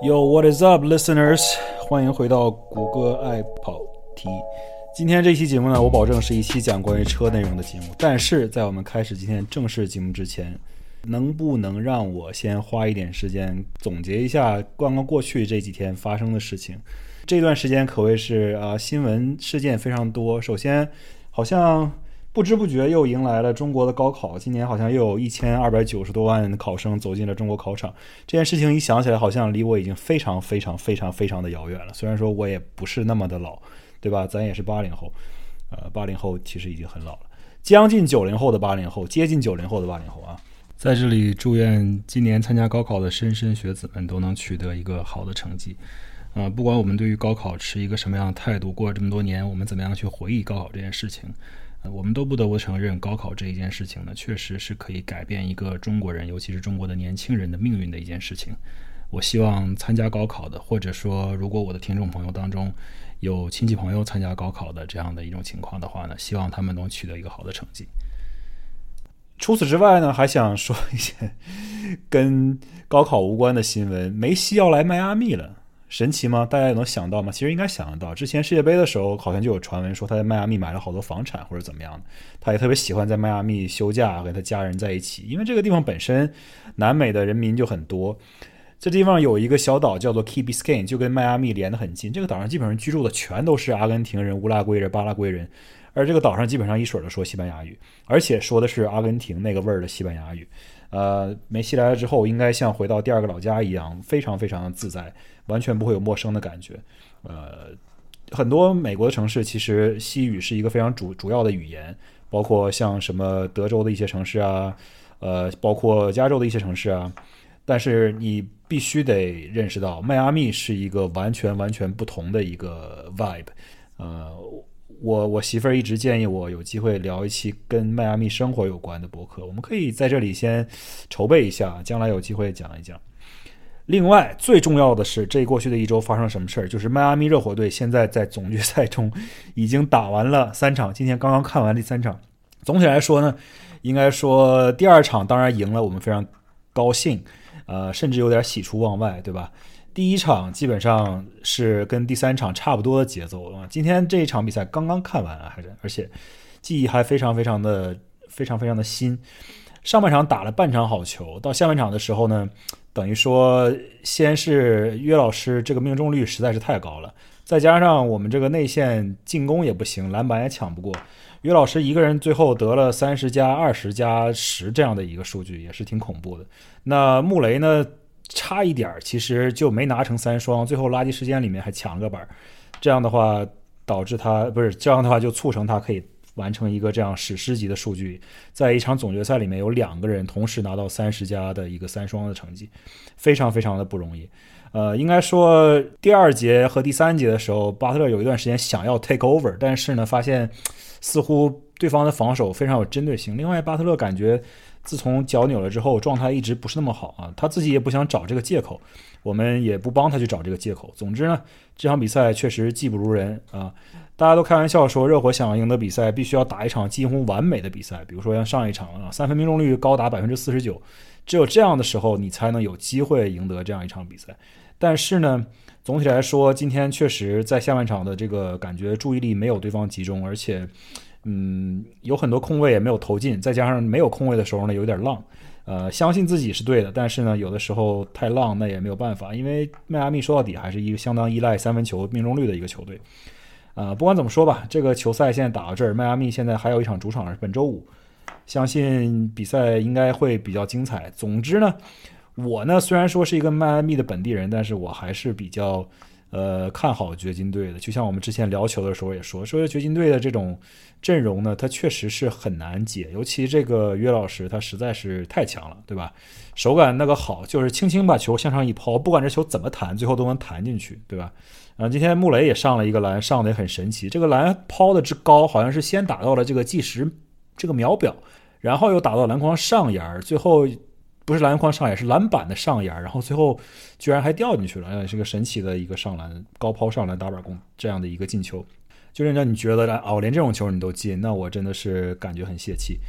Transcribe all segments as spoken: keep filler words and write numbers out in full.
Yo, what is up, listeners？ 欢迎回到谷歌爱跑题。今天这期节目呢，我保证是一期讲关于车内容的节目。但是在我们开始今天正式节目之前，能不能让我先花一点时间总结一下刚刚过去这几天发生的事情？这段时间可谓是啊、呃，新闻事件非常多。首先，好像不知不觉又迎来了中国的高考，今年好像又有一千二百九十多万考生走进了中国考场。这件事情一想起来，好像离我已经非常非常非常非常的遥远了。虽然说我也不是那么的老，对吧？咱也是八零后，呃，八零后其实已经很老了，将近九零后的八零后，接近九零后的八零后啊。在这里祝愿今年参加高考的莘莘学子们都能取得一个好的成绩。呃，不管我们对于高考持一个什么样的态度，过了这么多年，我们怎么样去回忆高考这件事情，呃，我们都不得不承认，高考这一件事情呢，确实是可以改变一个中国人，尤其是中国的年轻人的命运的一件事情。我希望参加高考的，或者说如果我的听众朋友当中有亲戚朋友参加高考的这样的一种情况的话呢，希望他们能取得一个好的成绩。除此之外呢，还想说一些跟高考无关的新闻。梅西要来迈阿密了，神奇吗？大家有能想到吗？其实应该想得到，之前世界杯的时候好像就有传闻说他在迈阿密买了好多房产或者怎么样的，他也特别喜欢在迈阿密休假跟他家人在一起，因为这个地方本身南美的人民就很多。这地方有一个小岛叫做 Key Biscayne， 就跟迈阿密连得很近。这个岛上基本上居住的全都是阿根廷人、乌拉圭人、巴拉圭人，而这个岛上基本上一水儿的说西班牙语，而且说的是阿根廷那个味儿的西班牙语。呃，梅西来了之后，应该像回到第二个老家一样，非常非常的自在，完全不会有陌生的感觉。呃，很多美国的城市其实西语是一个非常主主要的语言，包括像什么德州的一些城市啊，呃，包括加州的一些城市啊。但是你必须得认识到，迈阿密是一个完全完全不同的一个 vibe。呃，我我媳妇儿一直建议我有机会聊一期跟迈阿密生活有关的博客，我们可以在这里先筹备一下，将来有机会讲一讲。另外最重要的是，这过去的一周发生了什么事儿？就是迈阿密热火队现在在总决赛中已经打完了三场，今天刚刚看完第三场。总体来说呢，应该说第二场当然赢了，我们非常高兴，呃，甚至有点喜出望外，对吧？第一场基本上是跟第三场差不多的节奏啊。今天这一场比赛刚刚看完啊，还是而且记忆还非常非常的非常非常的新。上半场打了半场好球，到下半场的时候呢，等于说先是约老师这个命中率实在是太高了，再加上我们这个内线进攻也不行，篮板也抢不过。约老师一个人最后得了三十加二十加十这样的一个数据，也是挺恐怖的。那穆雷呢，差一点其实就没拿成三双，最后垃圾时间里面还抢了个板，这样的话导致他不是这样的话就促成他可以完成一个这样史诗级的数据，在一场总决赛里面有两个人同时拿到三十加的一个三双的成绩，非常非常的不容易。呃，应该说第二节和第三节的时候，巴特勒有一段时间想要 take over， 但是呢发现似乎对方的防守非常有针对性。另外巴特勒感觉自从脚扭了之后状态一直不是那么好啊，他自己也不想找这个借口，我们也不帮他去找这个借口。总之呢，这场比赛确实技不如人啊。大家都开玩笑说，热火想要赢得比赛必须要打一场几乎完美的比赛，比如说像上一场啊，三分命中率高达 百分之四十九， 只有这样的时候你才能有机会赢得这样一场比赛。但是呢，总体来说今天确实在下半场的这个感觉注意力没有对方集中，而且嗯，有很多空位也没有投进，再加上没有空位的时候呢有点浪。呃，相信自己是对的，但是呢有的时候太浪那也没有办法，因为迈阿密说到底还是一个相当依赖三分球命中率的一个球队。呃，不管怎么说吧，这个球赛现在打到这儿，迈阿密现在还有一场主场是本周五，相信比赛应该会比较精彩。总之呢，我呢虽然说是一个迈阿密的本地人，但是我还是比较呃看好掘金队的。就像我们之前聊球的时候也说，说掘金队的这种阵容呢，它确实是很难解，尤其这个约老师他实在是太强了，对吧？手感那个好，就是轻轻把球向上一抛，不管这球怎么弹，最后都能弹进去，对吧？然后今天穆雷也上了一个篮，上的也很神奇，这个篮抛的之高，好像是先打到了这个计时这个秒表，然后又打到篮筐上沿，最后不是篮筐上沿，是篮板的上沿，然后最后居然还掉进去了，是个神奇的一个上篮高抛上篮打板攻这样的一个进球，就让你觉得哦，连这种球你都进，那我真的是感觉很泄气。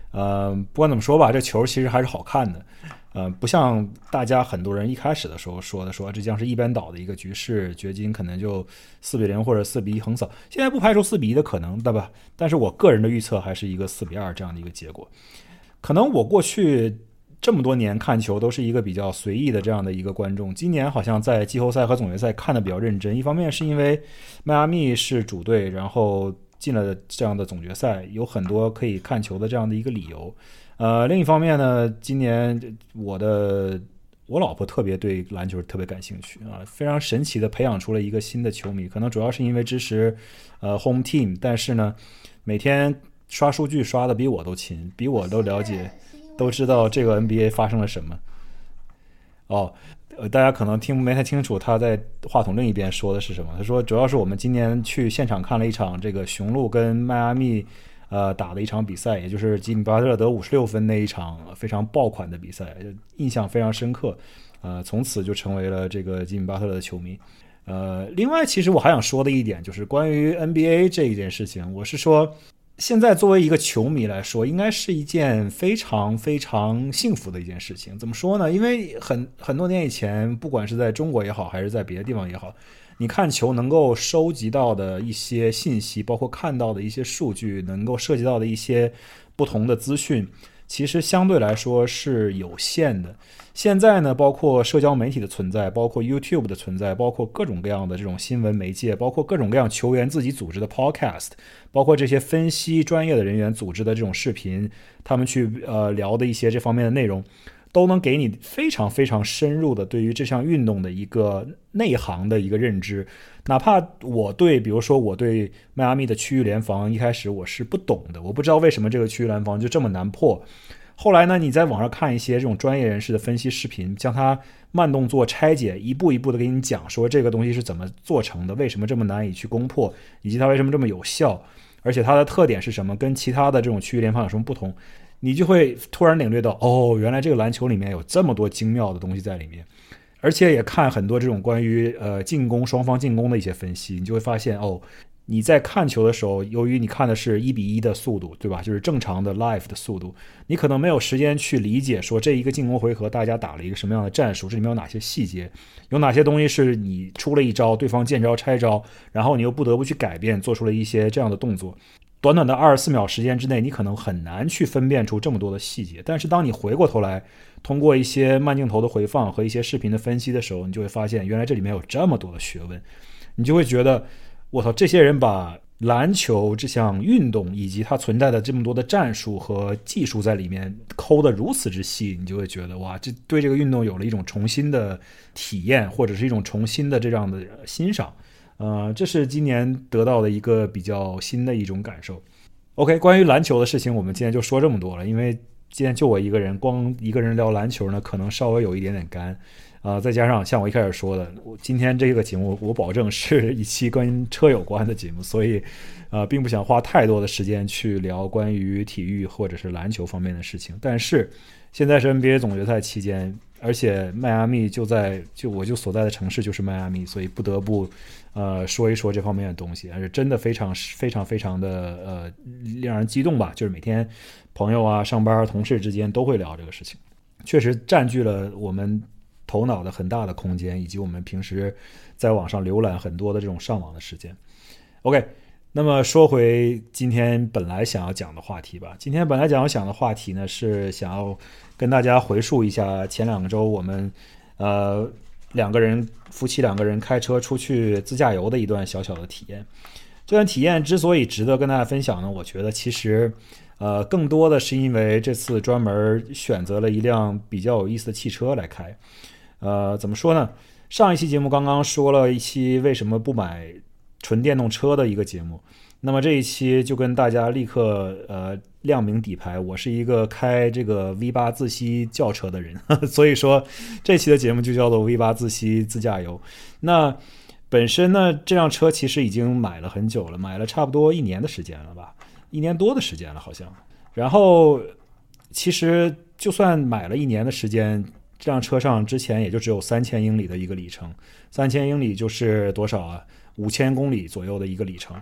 呃，不管怎么说吧，这球其实还是好看的。呃，不像大家很多人一开始的时候说的，说这将是一边倒的一个局势，掘金可能就四比零或者四比一横扫。现在不排除四比一的可能，对吧？但是我个人的预测还是一个四比二这样的一个结果。可能我过去这么多年看球都是一个比较随意的这样的一个观众，今年好像在季后赛和总决赛看得比较认真。一方面是因为迈阿密是主队，然后进了这样的总决赛，有很多可以看球的这样的一个理由。呃，另一方面呢，今年我的我老婆特别对篮球特别感兴趣啊，非常神奇的培养出了一个新的球迷，可能主要是因为支持呃 home team， 但是呢，每天刷数据刷的比我都勤，比我都了解，都知道这个 N B A 发生了什么。哦，呃，大家可能听没太清楚他在话筒另一边说的是什么。他说，主要是我们今年去现场看了一场这个雄鹿跟迈阿密呃打的一场比赛，也就是吉米巴特勒得五十六分那一场非常爆款的比赛，印象非常深刻。呃，从此就成为了这个吉米巴特勒的球迷。呃，另外，其实我还想说的一点就是关于 N B A 这一件事情，我是说，现在作为一个球迷来说，应该是一件非常非常幸福的一件事情。怎么说呢？因为很很多年以前，不管是在中国也好，还是在别的地方也好，你看球能够收集到的一些信息，包括看到的一些数据，能够涉及到的一些不同的资讯，其实相对来说是有限的。现在呢，包括社交媒体的存在，包括 YouTube 的存在，包括各种各样的这种新闻媒介，包括各种各样球员自己组织的 podcast， 包括这些分析专业的人员组织的这种视频，他们去呃聊的一些这方面的内容，都能给你非常非常深入的对于这项运动的一个内行的一个认知。哪怕我对比如说我对迈阿密的区域联防一开始我是不懂的，我不知道为什么这个区域联防就这么难破。后来呢，你在网上看一些这种专业人士的分析视频，将它慢动作拆解，一步一步的给你讲说这个东西是怎么做成的，为什么这么难以去攻破，以及它为什么这么有效，而且它的特点是什么，跟其他的这种区域联防有什么不同，你就会突然领略到，哦，原来这个篮球里面有这么多精妙的东西在里面。而且也看很多这种关于呃进攻双方进攻的一些分析，你就会发现，哦，你在看球的时候，由于你看的是一比一的速度，对吧？就是正常的 live 的速度，你可能没有时间去理解说这一个进攻回合大家打了一个什么样的战术，这里面有哪些细节，有哪些东西是你出了一招，对方见招拆招，然后你又不得不去改变，做出了一些这样的动作。短短的二十四秒时间之内，你可能很难去分辨出这么多的细节。但是当你回过头来，通过一些慢镜头的回放和一些视频的分析的时候，你就会发现，原来这里面有这么多的学问。你就会觉得，我操，这些人把篮球这项运动以及它存在的这么多的战术和技术在里面抠得如此之细，你就会觉得，哇，这对这个运动有了一种重新的体验，或者是一种重新的这样的欣赏。呃，这是今年得到的一个比较新的一种感受。OK， 关于篮球的事情，我们今天就说这么多了，因为今天就我一个人，光一个人聊篮球呢，可能稍微有一点点干，啊、呃，再加上像我一开始说的，我今天这个节目我保证是一期跟车有关的节目，所以，呃，并不想花太多的时间去聊关于体育或者是篮球方面的事情。但是现在是 N B A 总决赛期间，而且迈阿密就在就我就所在的城市就是迈阿密，所以不得不呃说一说这方面的东西，而且真的非常非常非常的呃让人激动吧，就是每天朋友啊、上班同事之间都会聊这个事情，确实占据了我们头脑的很大的空间，以及我们平时在网上浏览很多的这种上网的时间。OK， 那么说回今天本来想要讲的话题吧。今天本来想要讲的话题呢，是想要跟大家回述一下前两个周我们呃两个人夫妻两个人开车出去自驾游的一段小小的体验。这段体验之所以值得跟大家分享呢，我觉得其实呃更多的是因为这次专门选择了一辆比较有意思的汽车来开。呃，怎么说呢？上一期节目刚刚说了一期为什么不买纯电动车的一个节目，那么这一期就跟大家立刻呃亮明底牌，我是一个开这个 V 八 自吸轿车的人，呵呵，所以说这期的节目就叫做 V 八 自吸自驾游。那本身呢，这辆车其实已经买了很久了，买了差不多一年的时间了吧，一年多的时间了好像。然后其实就算买了一年的时间，这辆车上之前也就只有三千英里的一个里程，三千英里就是多少啊？五千公里左右的一个里程。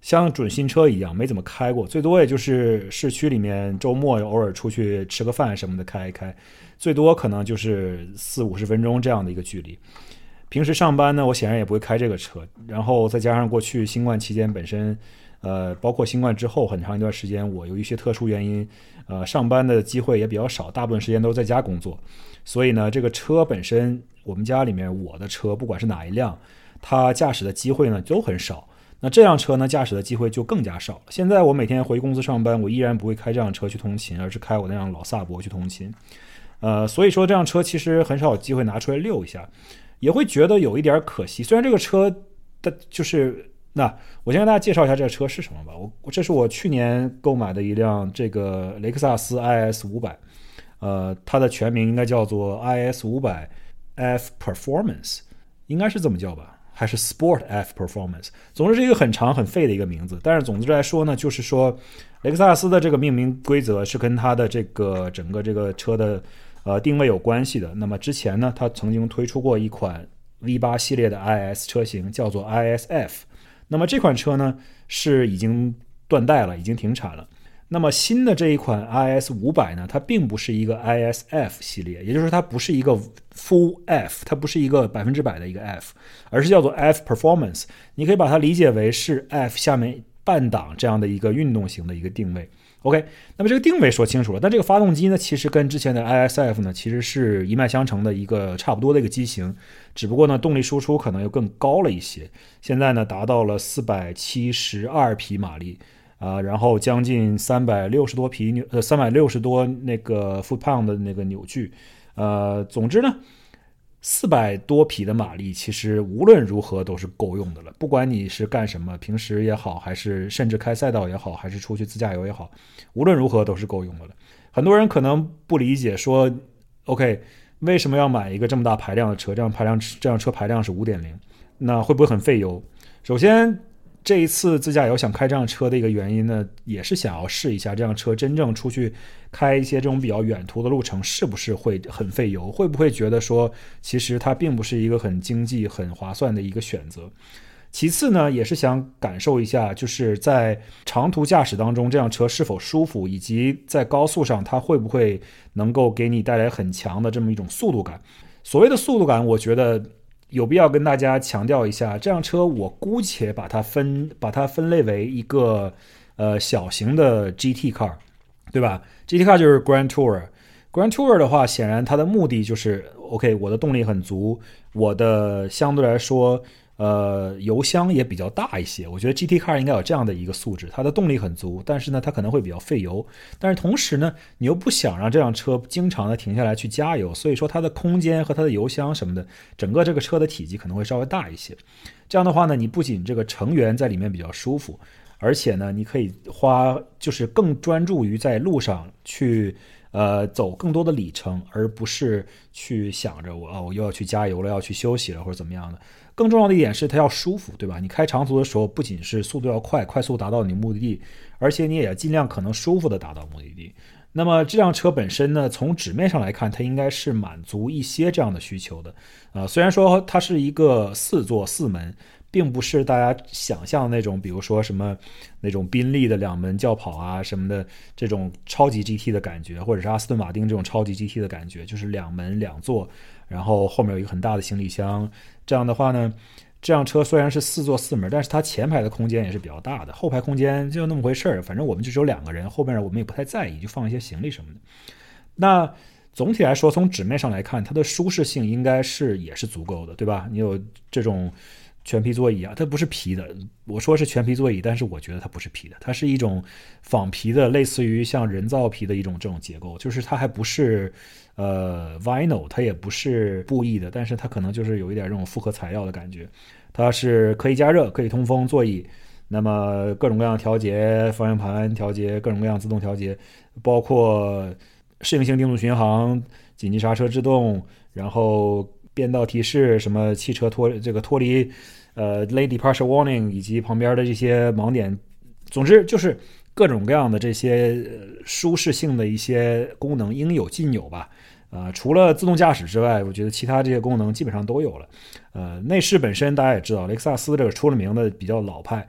像准新车一样，没怎么开过，最多也就是市区里面周末偶尔出去吃个饭什么的开一开，最多可能就是四五十分钟这样的一个距离。平时上班呢，我显然也不会开这个车，然后再加上过去新冠期间本身，呃，包括新冠之后很长一段时间，我有一些特殊原因，呃，上班的机会也比较少，大部分时间都是在家工作，所以呢，这个车本身，我们家里面我的车不管是哪一辆，它驾驶的机会呢都很少。那这辆车呢，驾驶的机会就更加少了。现在我每天回公司上班，我依然不会开这辆车去通勤，而是开我那辆老萨博去通勤。呃，所以说这辆车其实很少有机会拿出来溜一下，也会觉得有一点可惜。虽然这个车的就是那，我先跟大家介绍一下这个车是什么吧。我这是我去年购买的一辆这个雷克萨斯 I S 五百，呃，它的全名应该叫做 I S 五百 F Performance， 应该是这么叫吧。还是 Sport F Performance， 总之是一个很长很废的一个名字，但是总之来说呢，就是说雷克萨斯的这个命名规则是跟它的这个整个这个车的呃定位有关系的。那么之前呢，它曾经推出过一款 V 八 系列的 I S 车型，叫做 I S F。那么这款车呢是已经断代了，已经停产了。那么新的这一款 I S 五百呢，它并不是一个 I S F 系列，也就是说它不是一个 Full F， 它不是一个百分之百的一个 F， 而是叫做 F Performance。你可以把它理解为是 F 下面半档这样的一个运动型的一个定位。OK， 那么这个定位说清楚了，但这个发动机呢，其实跟之前的 I S F 呢，其实是一脉相承的一个差不多的一个机型，只不过呢，动力输出可能又更高了一些，现在呢达到了四百七十二匹马力。啊、呃，然后将近三百六十多匹扭，呃，三百六十多那个 foot pound 的那个扭矩，呃，总之呢，四百多匹的马力，其实无论如何都是够用的了。不管你是干什么，平时也好，还是甚至开赛道也好，还是出去自驾游也好，无论如何都是够用的了。很多人可能不理解说 ，OK， 为什么要买一个这么大排量的车？这样排量，这辆车排量是 五点零， 那会不会很费油？首先，这一次自驾游想开这辆车的一个原因呢，也是想要试一下这辆车真正出去开一些这种比较远途的路程是不是会很费油，会不会觉得说其实它并不是一个很经济很划算的一个选择。其次呢，也是想感受一下就是在长途驾驶当中这辆车是否舒服，以及在高速上它会不会能够给你带来很强的这么一种速度感。所谓的速度感，我觉得有必要跟大家强调一下，这辆车我姑且把它分把它分类为一个呃小型的 G T car， 对吧？ G T car 就是 Grand Tourer。Grand Tourer 的话，显然它的目的就是 OK， 我的动力很足，我的相对来说呃油箱也比较大一些。我觉得 G T car 应该有这样的一个素质，它的动力很足，但是呢它可能会比较费油，但是同时呢你又不想让这辆车经常的停下来去加油，所以说它的空间和它的油箱什么的，整个这个车的体积可能会稍微大一些。这样的话呢，你不仅这个乘员在里面比较舒服，而且呢你可以花就是更专注于在路上去呃，走更多的里程，而不是去想着我哦，我又要去加油了，要去休息了，或者怎么样的。更重要的一点是它要舒服，对吧？你开长途的时候，不仅是速度要快，快速达到你目的地，而且你也要尽量可能舒服的达到目的地。那么这辆车本身呢，从纸面上来看，它应该是满足一些这样的需求的。啊、呃，虽然说它是一个四座四门，并不是大家想象的那种，比如说什么那种宾利的两门轿跑啊什么的这种超级 G T 的感觉，或者是阿斯顿马丁这种超级 G T 的感觉，就是两门两座，然后后面有一个很大的行李箱。这样的话呢，这辆车虽然是四座四门，但是它前排的空间也是比较大的，后排空间就那么回事儿，反正我们就只有两个人，后面我们也不太在意，就放一些行李什么的。那总体来说，从纸面上来看，它的舒适性应该是也是足够的，对吧？你有这种全皮座椅啊，它不是皮的，我说是全皮座椅，但是我觉得它不是皮的，它是一种仿皮的，类似于像人造皮的一种这种结构，就是它还不是呃 vinyl， 它也不是布艺的，但是它可能就是有一点这种复合材料的感觉。它是可以加热，可以通风座椅，那么各种各样调节，方向盘调节，各种各样自动调节，包括适应性定速巡航、紧急刹车制动，然后变道提示，什么汽车脱这个脱离呃 lane departure warning， 以及旁边的这些盲点，总之就是各种各样的这些舒适性的一些功能应有尽有吧。呃，除了自动驾驶之外，我觉得其他这些功能基本上都有了。呃，内饰本身大家也知道，雷克萨斯这个出了名的比较老派，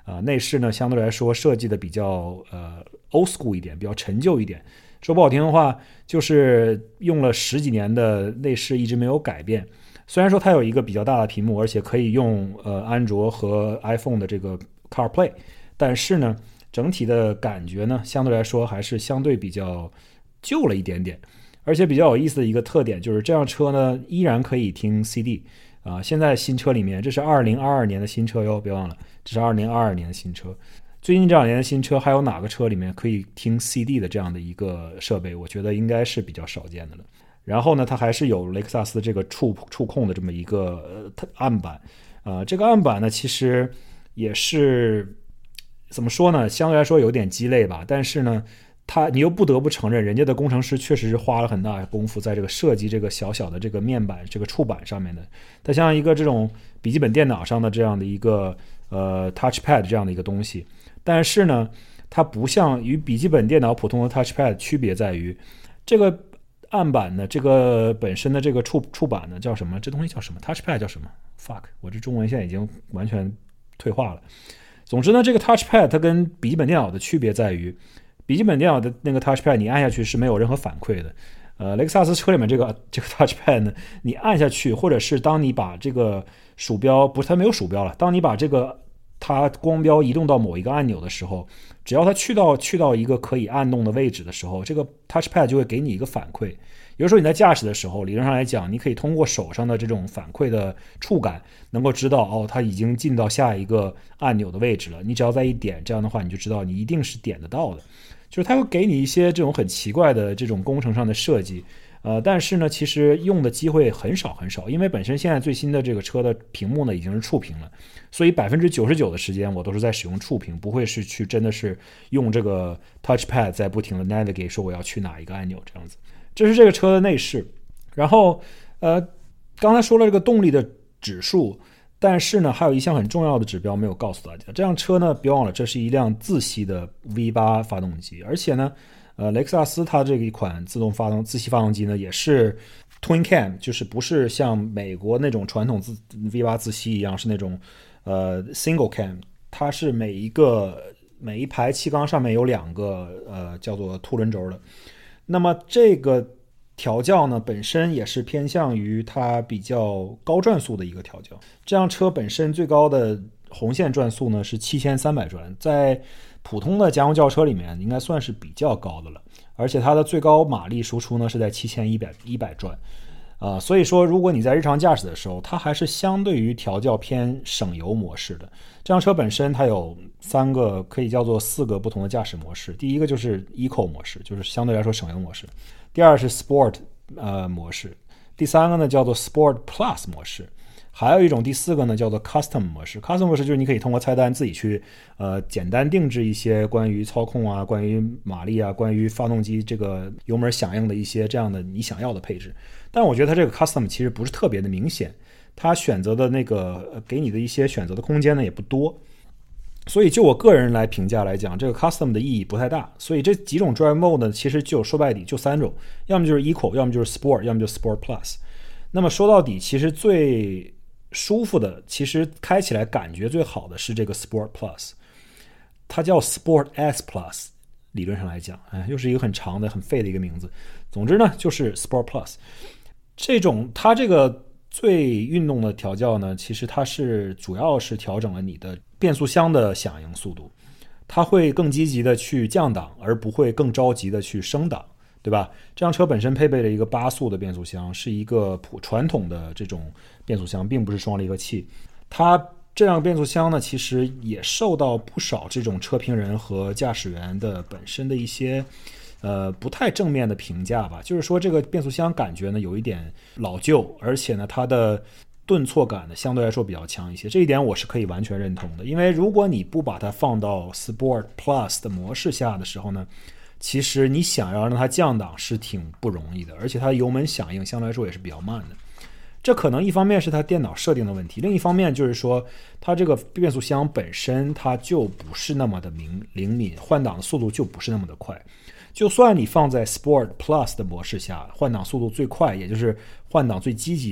啊，内饰呢相对来说设计的比较呃 old school 一点，比较陈旧一点。说不好听的话，就是用了十几年的内饰一直没有改变。虽然说它有一个比较大的屏幕，而且可以用呃安卓和 iPhone 的这个 CarPlay， 但是呢，整体的感觉呢，相对来说还是相对比较旧了一点点。而且比较有意思的一个特点就是这辆车呢依然可以听 C D 啊、呃，现在新车里面，这是二零二二年的新车哟，别忘了，这是二零二二年的新车。最近这两年的新车还有哪个车里面可以听 C D 的这样的一个设备？我觉得应该是比较少见的了。然后呢，它还是有雷克萨斯这个触触控的这么一个、呃、案板，呃，这个案板呢，其实也是怎么说呢？相对来说有点鸡肋吧，但是呢，它你又不得不承认，人家的工程师确实是花了很大的功夫在这个设计这个小小的这个面板、这个触板上面的。它像一个这种笔记本电脑上的这样的一个呃 touchpad 这样的一个东西，但是呢，它不像与笔记本电脑普通的 touchpad 区别在于这个。案板呢，这个本身的这个触触板呢叫什么？这东西叫什么 ？Touchpad 叫什么 ？fuck， 我这中文现在已经完全退化了。总之呢，这个 Touchpad 它跟笔记本电脑的区别在于，笔记本电脑的那个 Touchpad 你按下去是没有任何反馈的。呃，雷克萨斯车里面这个这个 Touchpad 呢，你按下去，或者是当你把这个鼠标不是它没有鼠标了，当你把这个它光标移动到某一个按钮的时候，只要它去到去到一个可以按动的位置的时候，这个 touchpad 就会给你一个反馈。有时候你在驾驶的时候，理论上来讲，你可以通过手上的这种反馈的触感，能够知道哦，它已经进到下一个按钮的位置了。你只要再一点，这样的话你就知道你一定是点得到的。就是它会给你一些这种很奇怪的这种工程上的设计。呃，但是呢，其实用的机会很少很少，因为本身现在最新的这个车的屏幕呢已经是触屏了，所以百分之九十九的时间我都是在使用触屏，不会是去真的是用这个 touchpad 在不停的 navigate 说我要去哪一个按钮这样子。这是这个车的内饰。然后呃，刚才说了这个动力的指数，但是呢还有一项很重要的指标没有告诉大家，这辆车呢别忘了这是一辆自吸的 V 八 发动机，而且呢呃，雷克萨斯它这一款自动发动自吸发动机呢，也是 Twin Cam， 就是不是像美国那种传统自 V 八 自吸一样是那种呃 Single Cam， 它是每一个每一排气缸上面有两个呃叫做凸轮轴的。那么这个调教呢，本身也是偏向于它比较高转速的一个调教。这辆车本身最高的红线转速呢是七千三百转，在普通的家用轿车里面应该算是比较高的了，而且它的最高马力输出呢是在七千一百转，啊、呃，所以说如果你在日常驾驶的时候，它还是相对于调教偏省油模式的。这辆车本身它有三个可以叫做四个不同的驾驶模式，第一个就是 Eco 模式，就是相对来说省油模式；第二是 Sport 呃模式；第三个呢叫做 Sport Plus 模式。还有一种第四个呢叫做 Custom 模式。 Custom 模式就是你可以通过菜单自己去呃简单定制一些关于操控啊、关于马力啊、关于发动机这个油门响应的一些这样的你想要的配置。但我觉得它这个 Custom 其实不是特别的明显，它选择的那个、呃、给你的一些选择的空间呢也不多，所以就我个人来评价来讲，这个 Custom 的意义不太大。所以这几种 Drive Mode 呢其实就说白底就三种，要么就是 Eco， 要么就是 Sport， 要么就是 Sport Plus。 那么说到底其实最舒服的，其实开起来感觉最好的是这个 Sport Plus， 它叫 Sport S Plus， 理论上来讲，哎，又是一个很长的很废的一个名字。总之呢就是 Sport Plus。 这种它这个最运动的调教呢，其实它是主要是调整了你的变速箱的响应速度，它会更积极的去降档，而不会更着急的去升档，对吧？这辆车本身配备了一个八速的变速箱，是一个普传统的这种变速箱，并不是双离合器。它这辆变速箱呢，其实也受到不少这种车评人和驾驶员的本身的一些呃不太正面的评价吧。就是说这个变速箱感觉呢有一点老旧，而且呢它的顿挫感呢相对来说比较强一些，这一点我是可以完全认同的。因为如果你不把它放到 Sport Plus 的模式下的时候呢，其实你想要让它降档是挺不容易的，而且它的油门响应相对来说也是比较慢的。这可能一方面是它电脑设定的问题，另一方面就是说它这个变速箱本身它就不是那么的灵灵敏，换挡的速度就不是那么的快。就算你放在 Sport Plus 的模式下，换挡速度最快，也就是换挡最积极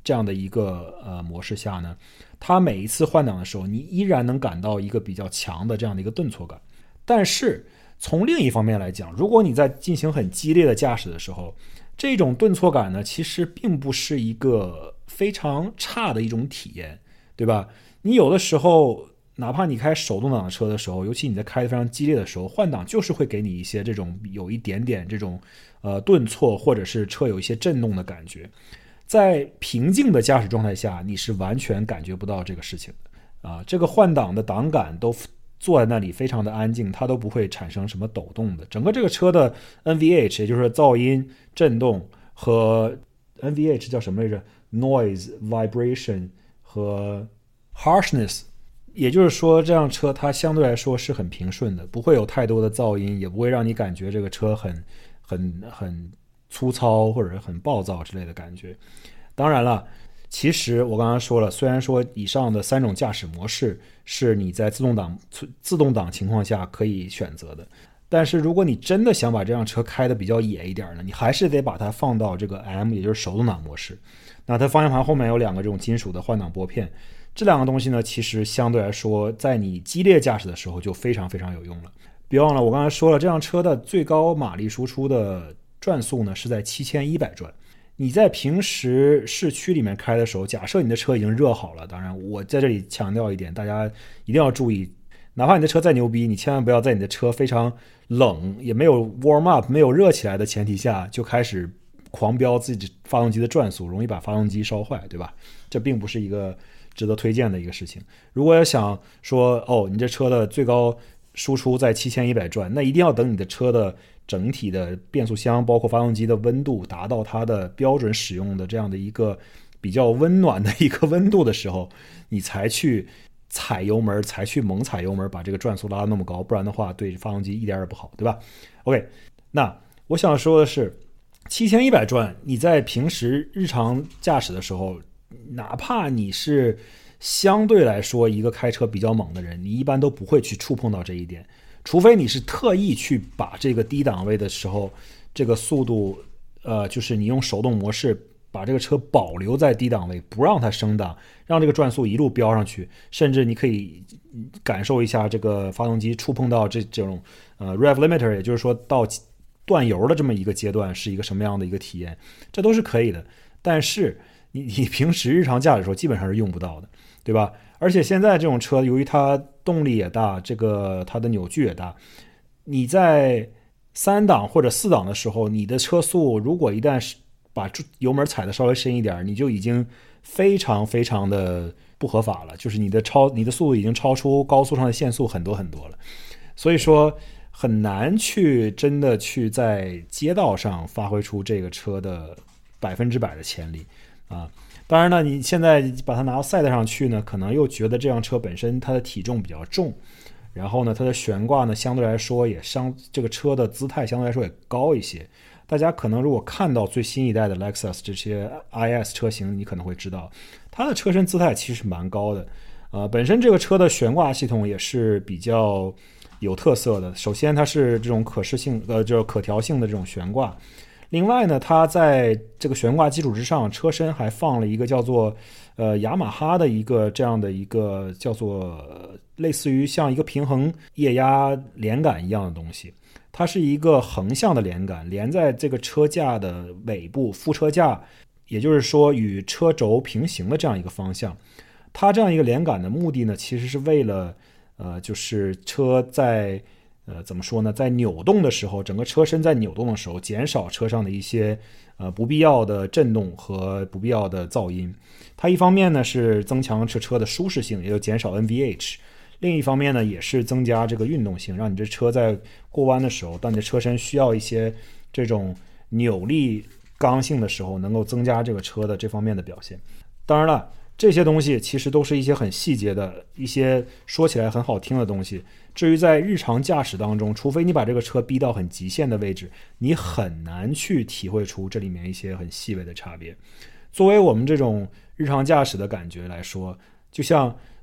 这样的一个呃模式下呢，它每一次换挡的时候，你依然能感到一个比较强的这样的一个顿挫感。但是从另一方面来讲，如果你在进行很激烈的驾驶的时候，这种顿挫感呢，其实并不是一个非常差的一种体验，对吧？你有的时候哪怕你开手动挡的车的时候，尤其你在开得非常激烈的时候，换挡就是会给你一些这种有一点点这种呃顿挫，或者是车有一些震动的感觉。在平静的驾驶状态下，你是完全感觉不到这个事情的啊。这个换挡的档杆都坐在那里非常的安静，它都不会产生什么抖动的。整个这个车的 N V H 也就是噪音、震动和 N V H 叫什么来着 ？Noise, Vibration 和 Harshness。也就是说，这辆车它相对来说是很平顺的，不会有太多的噪音，也不会让你感觉这个车很很很粗糙或者很暴躁之类的感觉。当然了，其实我刚刚说了，虽然说以上的三种驾驶模式是你在自动挡自动挡情况下可以选择的，但是如果你真的想把这辆车开得比较野一点呢，你还是得把它放到这个 M， 也就是手动挡模式。那它方向盘后面有两个这种金属的换挡拨片，这两个东西呢，其实相对来说，在你激烈驾驶的时候就非常非常有用了。别忘了，我刚才说了，这辆车的最高马力输出的转速呢是在七千一百转。你在平时市区里面开的时候，假设你的车已经热好了，当然我在这里强调一点，大家一定要注意，哪怕你的车再牛逼，你千万不要在你的车非常冷，也没有 warm up， 没有热起来的前提下就开始狂飙自己发动机的转速，容易把发动机烧坏，对吧？这并不是一个值得推荐的一个事情。如果要想说，哦，你这车的最高输出在七千一百转，那一定要等你的车的整体的变速箱包括发动机的温度达到它的标准使用的这样的一个比较温暖的一个温度的时候，你才去踩油门，才去猛踩油门把这个转速拉得那么高，不然的话对发动机一点也不好，对吧？ OK， 那我想说的是，七千一百转你在平时日常驾驶的时候，哪怕你是相对来说一个开车比较猛的人，你一般都不会去触碰到这一点，除非你是特意去把这个低档位的时候，这个速度呃，就是你用手动模式把这个车保留在低档位，不让它升档，让这个转速一路飙上去，甚至你可以感受一下这个发动机触碰到这这种呃 rev limiter， 也就是说到断油的这么一个阶段是一个什么样的一个体验，这都是可以的。但是你你平时日常驾驶的时候基本上是用不到的，对吧？而且现在这种车由于它动力也大，这个它的扭矩也大，你在三档或者四档的时候，你的车速如果一旦是把油门踩得稍微深一点，你就已经非常非常的不合法了，就是你的超你的速度已经超出高速上的限速很多很多了。所以说很难去真的去在街道上发挥出这个车的百分之百的潜力啊。当然呢，你现在把它拿到赛道上去呢，可能又觉得这辆车本身它的体重比较重，然后呢它的悬挂呢相对来说也相这个车的姿态相对来说也高一些。大家可能如果看到最新一代的 Lexus 这些 I S 车型，你可能会知道它的车身姿态其实蛮高的。呃，本身这个车的悬挂系统也是比较有特色的。首先它是这种可视性呃就是可调性的这种悬挂，另外呢它在这个悬挂基础之上，车身还放了一个叫做呃雅马哈的一个这样的一个叫做类似于像一个平衡液压连杆一样的东西。它是一个横向的连杆，连在这个车架的尾部，副车架，也就是说与车轴平行的这样一个方向。它这样一个连杆的目的呢，其实是为了呃，就是车在呃怎么说呢，在扭动的时候，整个车身在扭动的时候，减少车上的一些呃不必要的震动和不必要的噪音。它一方面呢是增强车车的舒适性，也就减少 N V H。另一方面呢，也是增加这个运动性，让你这车在过弯的时候，当你的车身需要一些这种扭力刚性的时候，能够增加这个车的这方面的表现。当然了，这些东西其实都是一些很细节的一些说起来很好听的东西，至于在日常驾驶当中，除非你把这个车逼到很极限的位置，你很难去体会出这里面一些很细微的差别。作为我们这种日常驾驶的感觉来说，就像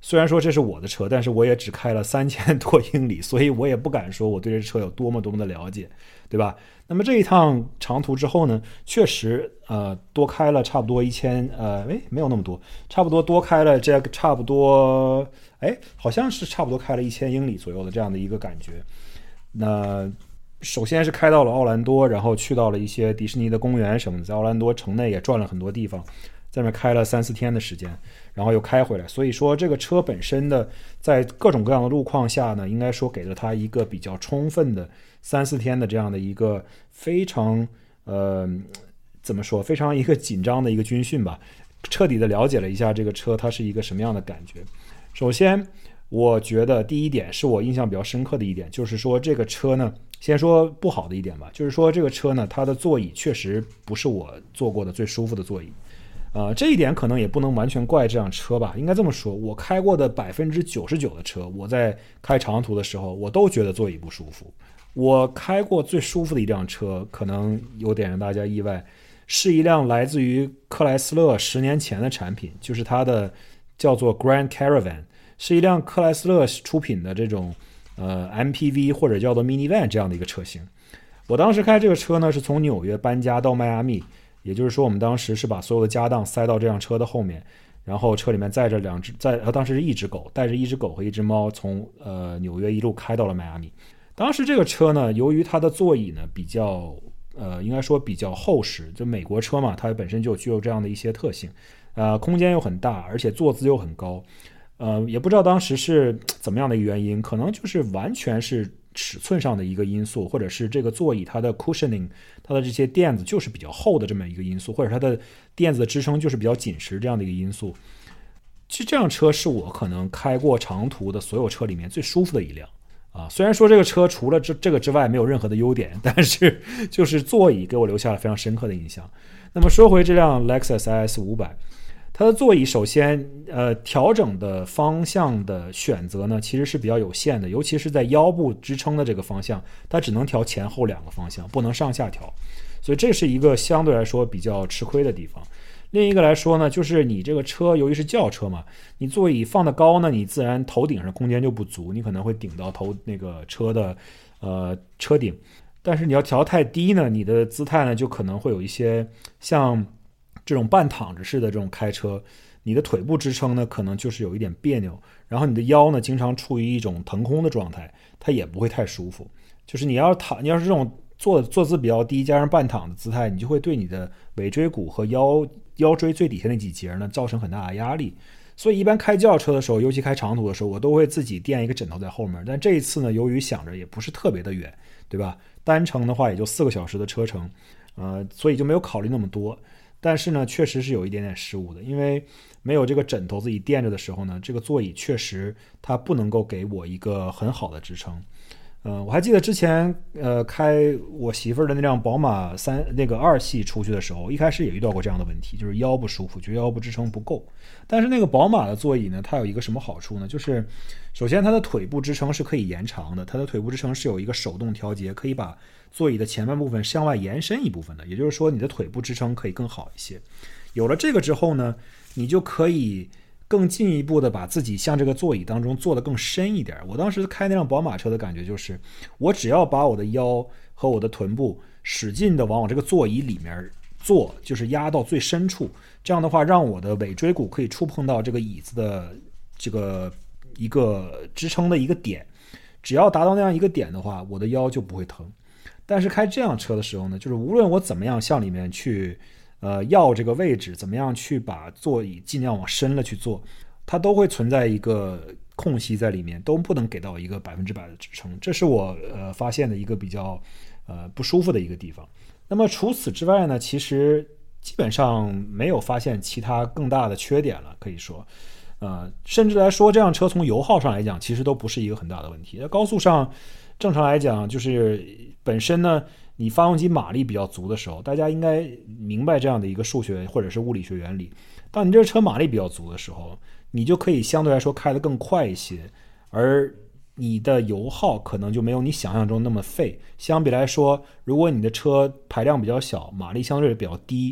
虽然说这是我的车，但是我也只开了三千多英里，所以我也不敢说我对这车有多么多么的了解，对吧？那么这一趟长途之后呢，确实呃多开了差不多一千呃诶没有那么多，差不多多开了这个差不多哎好像是差不多开了一千英里左右的这样的一个感觉。那首先是开到了奥兰多，然后去到了一些迪士尼的公园什么的，在奥兰多城内也转了很多地方，在那边开了三四天的时间，然后又开回来。所以说这个车本身的在各种各样的路况下呢，应该说给了它一个比较充分的三四天的这样的一个非常呃怎么说非常一个紧张的一个军训吧，彻底的了解了一下这个车它是一个什么样的感觉。首先我觉得第一点是我印象比较深刻的一点，就是说这个车呢，先说不好的一点吧，就是说这个车呢，它的座椅确实不是我坐过的最舒服的座椅。呃，这一点可能也不能完全怪这辆车吧，应该这么说，我开过的百分之九十九的车，我在开长途的时候，我都觉得座椅不舒服。我开过最舒服的一辆车，可能有点让大家意外，是一辆来自于克莱斯勒十年前的产品，就是它的叫做 Grand Caravan， 是一辆克莱斯勒出品的这种呃 M P V 或者叫做 minivan 这样的一个车型。我当时开这个车呢，是从纽约搬家到迈阿密。也就是说我们当时是把所有的家当塞到这辆车的后面，然后车里面载着两只载呃当时是一只狗，带着一只狗和一只猫，从呃纽约一路开到了迈阿密。当时这个车呢，由于它的座椅呢比较呃应该说比较厚实，就美国车嘛，它本身就具有这样的一些特性，呃空间又很大，而且坐姿又很高。呃也不知道当时是怎么样的一个原因，可能就是完全是尺寸上的一个因素，或者是这个座椅它的 cushioning 它的这些垫子就是比较厚的这么一个因素，或者它的垫子的支撑就是比较紧实这样的一个因素。其实这辆车是我可能开过长途的所有车里面最舒服的一辆啊。虽然说这个车除了这这个之外没有任何的优点，但是就是座椅给我留下了非常深刻的印象。那么说回这辆 Lexus I S 五百，它的座椅首先呃调整的方向的选择呢其实是比较有限的，尤其是在腰部支撑的这个方向，它只能调前后两个方向，不能上下调，所以这是一个相对来说比较吃亏的地方。另一个来说呢，就是你这个车由于是轿车嘛，你座椅放得高呢，你自然头顶上空间就不足，你可能会顶到头那个车的呃车顶，但是你要调太低呢，你的姿态呢就可能会有一些像这种半躺着式的这种开车，你的腿部支撑呢可能就是有一点别扭，然后你的腰呢经常处于一种腾空的状态，它也不会太舒服。就是你要躺，你要是这种坐坐姿比较低加上半躺的姿态，你就会对你的尾椎骨和腰腰椎最底下那几节呢造成很大的压力。所以一般开轿车的时候，尤其开长途的时候，我都会自己垫一个枕头在后面。但这一次呢，由于想着也不是特别的远，对吧？单程的话也就四个小时的车程，呃，所以就没有考虑那么多。但是呢，确实是有一点点失误的，因为没有这个枕头自己垫着的时候呢，这个座椅确实它不能够给我一个很好的支撑。嗯、呃，我还记得之前呃开我媳妇儿的那辆宝马三那个二系出去的时候，一开始也遇到过这样的问题，就是腰不舒服，觉得腰部支撑不够。但是那个宝马的座椅呢，它有一个什么好处呢？就是首先它的腿部支撑是可以延长的，它的腿部支撑是有一个手动调节，可以把座椅的前半部分向外延伸一部分的，也就是说你的腿部支撑可以更好一些。有了这个之后呢，你就可以更进一步的把自己向这个座椅当中做得更深一点。我当时开那辆宝马车的感觉就是，我只要把我的腰和我的臀部使劲的往我这个座椅里面坐，就是压到最深处，这样的话让我的尾椎骨可以触碰到这个椅子的这个一个支撑的一个点，只要达到那样一个点的话，我的腰就不会疼。但是开这辆车的时候呢，就是无论我怎么样向里面去呃要这个位置，怎么样去把座椅尽量往深了去做，它都会存在一个空隙在里面，都不能给到一个百分之百的支撑。这是我呃发现的一个比较呃不舒服的一个地方。那么除此之外呢，其实基本上没有发现其他更大的缺点了，可以说呃甚至来说这辆车从油耗上来讲其实都不是一个很大的问题。在高速上正常来讲，就是本身呢你发动机马力比较足的时候，大家应该明白这样的一个数学或者是物理学原理，当你这车马力比较足的时候，你就可以相对来说开得更快一些，而你的油耗可能就没有你想象中那么费。相比来说，如果你的车排量比较小，马力相对比较低，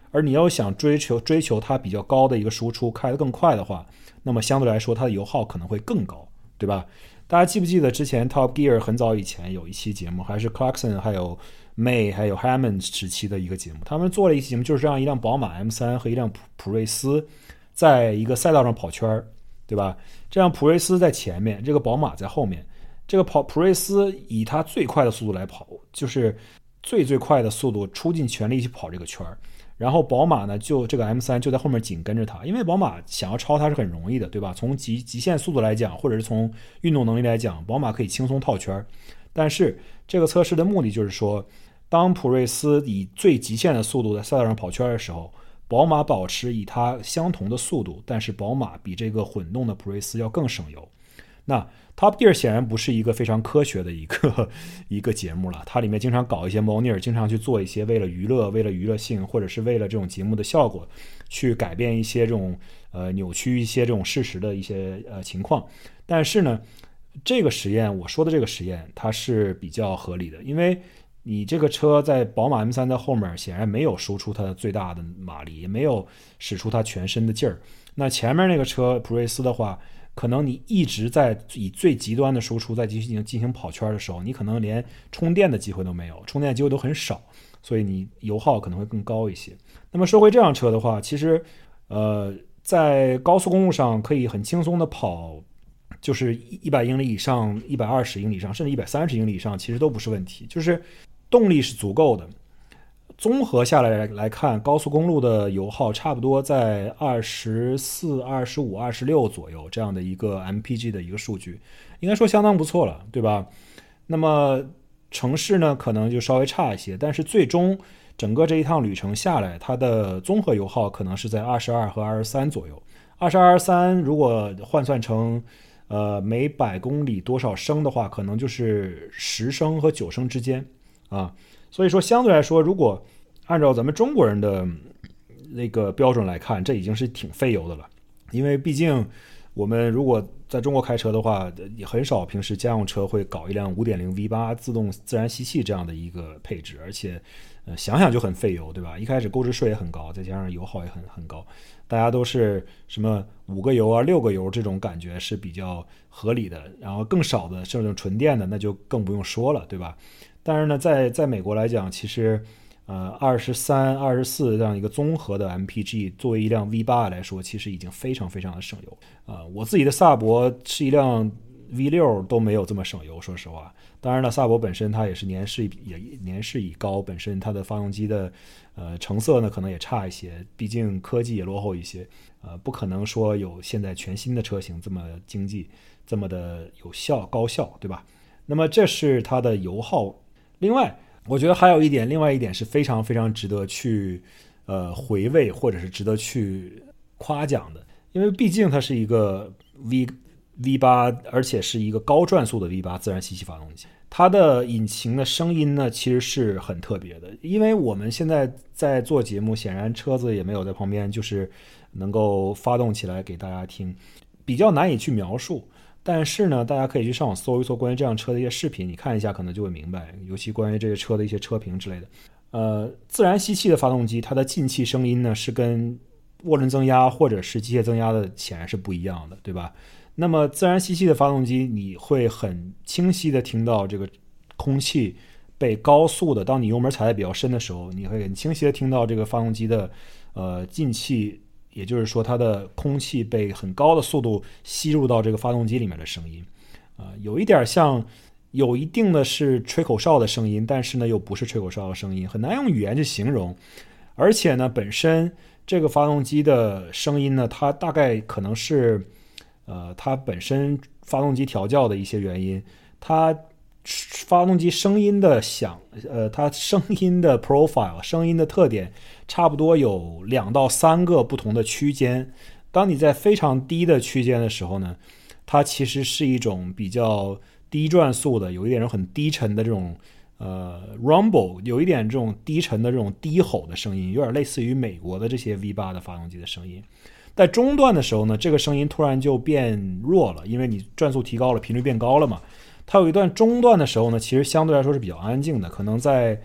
而你要想追求追求它比较高的一个输出，开得更快的话，那么相对来说它的油耗可能会更高，对吧？大家记不记得之前 Top Gear 很早以前有一期节目，还是 Clarkson 还有 May 还有 Hammond 时期的一个节目，他们做了一期节目，就是让一辆宝马 M 三 和一辆普普锐斯在一个赛道上跑圈，对吧？这辆普锐斯在前面，这个宝马在后面。这个跑普锐斯以它最快的速度来跑，就是最最快的速度出尽全力去跑这个圈，然后宝马呢就这个 M 三 就在后面紧跟着它，因为宝马想要超它是很容易的，对吧？从极极限速度来讲，或者是从运动能力来讲，宝马可以轻松套圈。但是这个测试的目的就是说，当普锐斯以最极限的速度在赛道上跑圈的时候，宝马保持以它相同的速度，但是宝马比这个混动的普锐斯要更省油。那 Top Gear 显然不是一个非常科学的一个一个节目了，它里面经常搞一些猫腻儿，经常去做一些为了娱乐、为了娱乐性，或者是为了这种节目的效果，去改变一些这种呃扭曲一些这种事实的一些呃情况。但是呢，这个实验我说的这个实验它是比较合理的，因为你这个车在宝马 M 三 的后面显然没有输出它最大的马力，也没有使出它全身的劲儿。那前面那个车普锐斯的话，可能你一直在以最极端的输出在进行进行跑圈的时候，你可能连充电的机会都没有，充电机会都很少，所以你油耗可能会更高一些。那么说回这辆车的话，其实呃在高速公路上可以很轻松的跑，就是一百英里以上、一百二十英里以上，甚至一百三十英里以上，其实都不是问题，就是动力是足够的。综合下来来看，高速公路的油耗差不多在二十四、二十五、二十六左右这样的一个 M P G 的一个数据，应该说相当不错了，对吧？那么城市呢可能就稍微差一些，但是最终整个这一趟旅程下来，它的综合油耗可能是在二十二和二十三左右。二十二、二十三如果换算成呃每百公里多少升的话，可能就是十升和九升之间啊。所以说相对来说，如果按照咱们中国人的那个标准来看，这已经是挺费油的了。因为毕竟我们如果在中国开车的话，也很少平时家用车会搞一辆 五点零 V 八 自动自然吸气这样的一个配置，而且呃想想就很费油，对吧？一开始购置税也很高，再加上油耗也很很高，大家都是什么五个油啊六个油这种感觉是比较合理的，然后更少的这种纯电的那就更不用说了，对吧？但是呢，在在美国来讲，其实，呃，二十三、二十四这样一个综合的 M P G， 作为一辆 V 八 来说，其实已经非常非常的省油。啊、呃，我自己的萨博是一辆 V 六都没有这么省油，说实话。当然了，萨博本身它也是年事也年事已高，本身它的发动机的呃成色呢可能也差一些，毕竟科技也落后一些，呃，不可能说有现在全新的车型这么经济、这么的有效、高效，对吧？那么这是它的油耗。另外，我觉得还有一点，另外一点是非常非常值得去呃回味或者是值得去夸奖的，因为毕竟它是一个 V V 八，而且是一个高转速的 V 八自然吸气发动机。它的引擎的声音呢，其实是很特别的，因为我们现在在做节目，显然车子也没有在旁边，就是能够发动起来给大家听，比较难以去描述。但是呢，大家可以去上网搜一搜关于这辆车的一些视频，你看一下可能就会明白，尤其关于这些车的一些车评之类的。呃，自然吸气的发动机，它的进气声音呢是跟涡轮增压或者是机械增压的显然是不一样的，对吧？那么自然吸气的发动机，你会很清晰的听到这个空气被高速的，当你油门踩得比较深的时候，你会很清晰的听到这个发动机的呃进气。也就是说它的空气被很高的速度吸入到这个发动机里面的声音，呃，有一点像有一定的是吹口哨的声音，但是呢又不是吹口哨的声音，很难用语言去形容。而且呢本身这个发动机的声音呢，它大概可能是呃它本身发动机调教的一些原因，它发动机声音的响，呃，它声音的 profile， 声音的特点，差不多有两到三个不同的区间。当你在非常低的区间的时候呢，它其实是一种比较低转速的，有一点很低沉的这种呃 rumble， 有一点这种低沉的这种低吼的声音，有点类似于美国的这些 V 八 的发动机的声音。在中段的时候呢，这个声音突然就变弱了，因为你转速提高了，频率变高了嘛。它有一段中段的时候呢，其实相对来说是比较安静的，可能在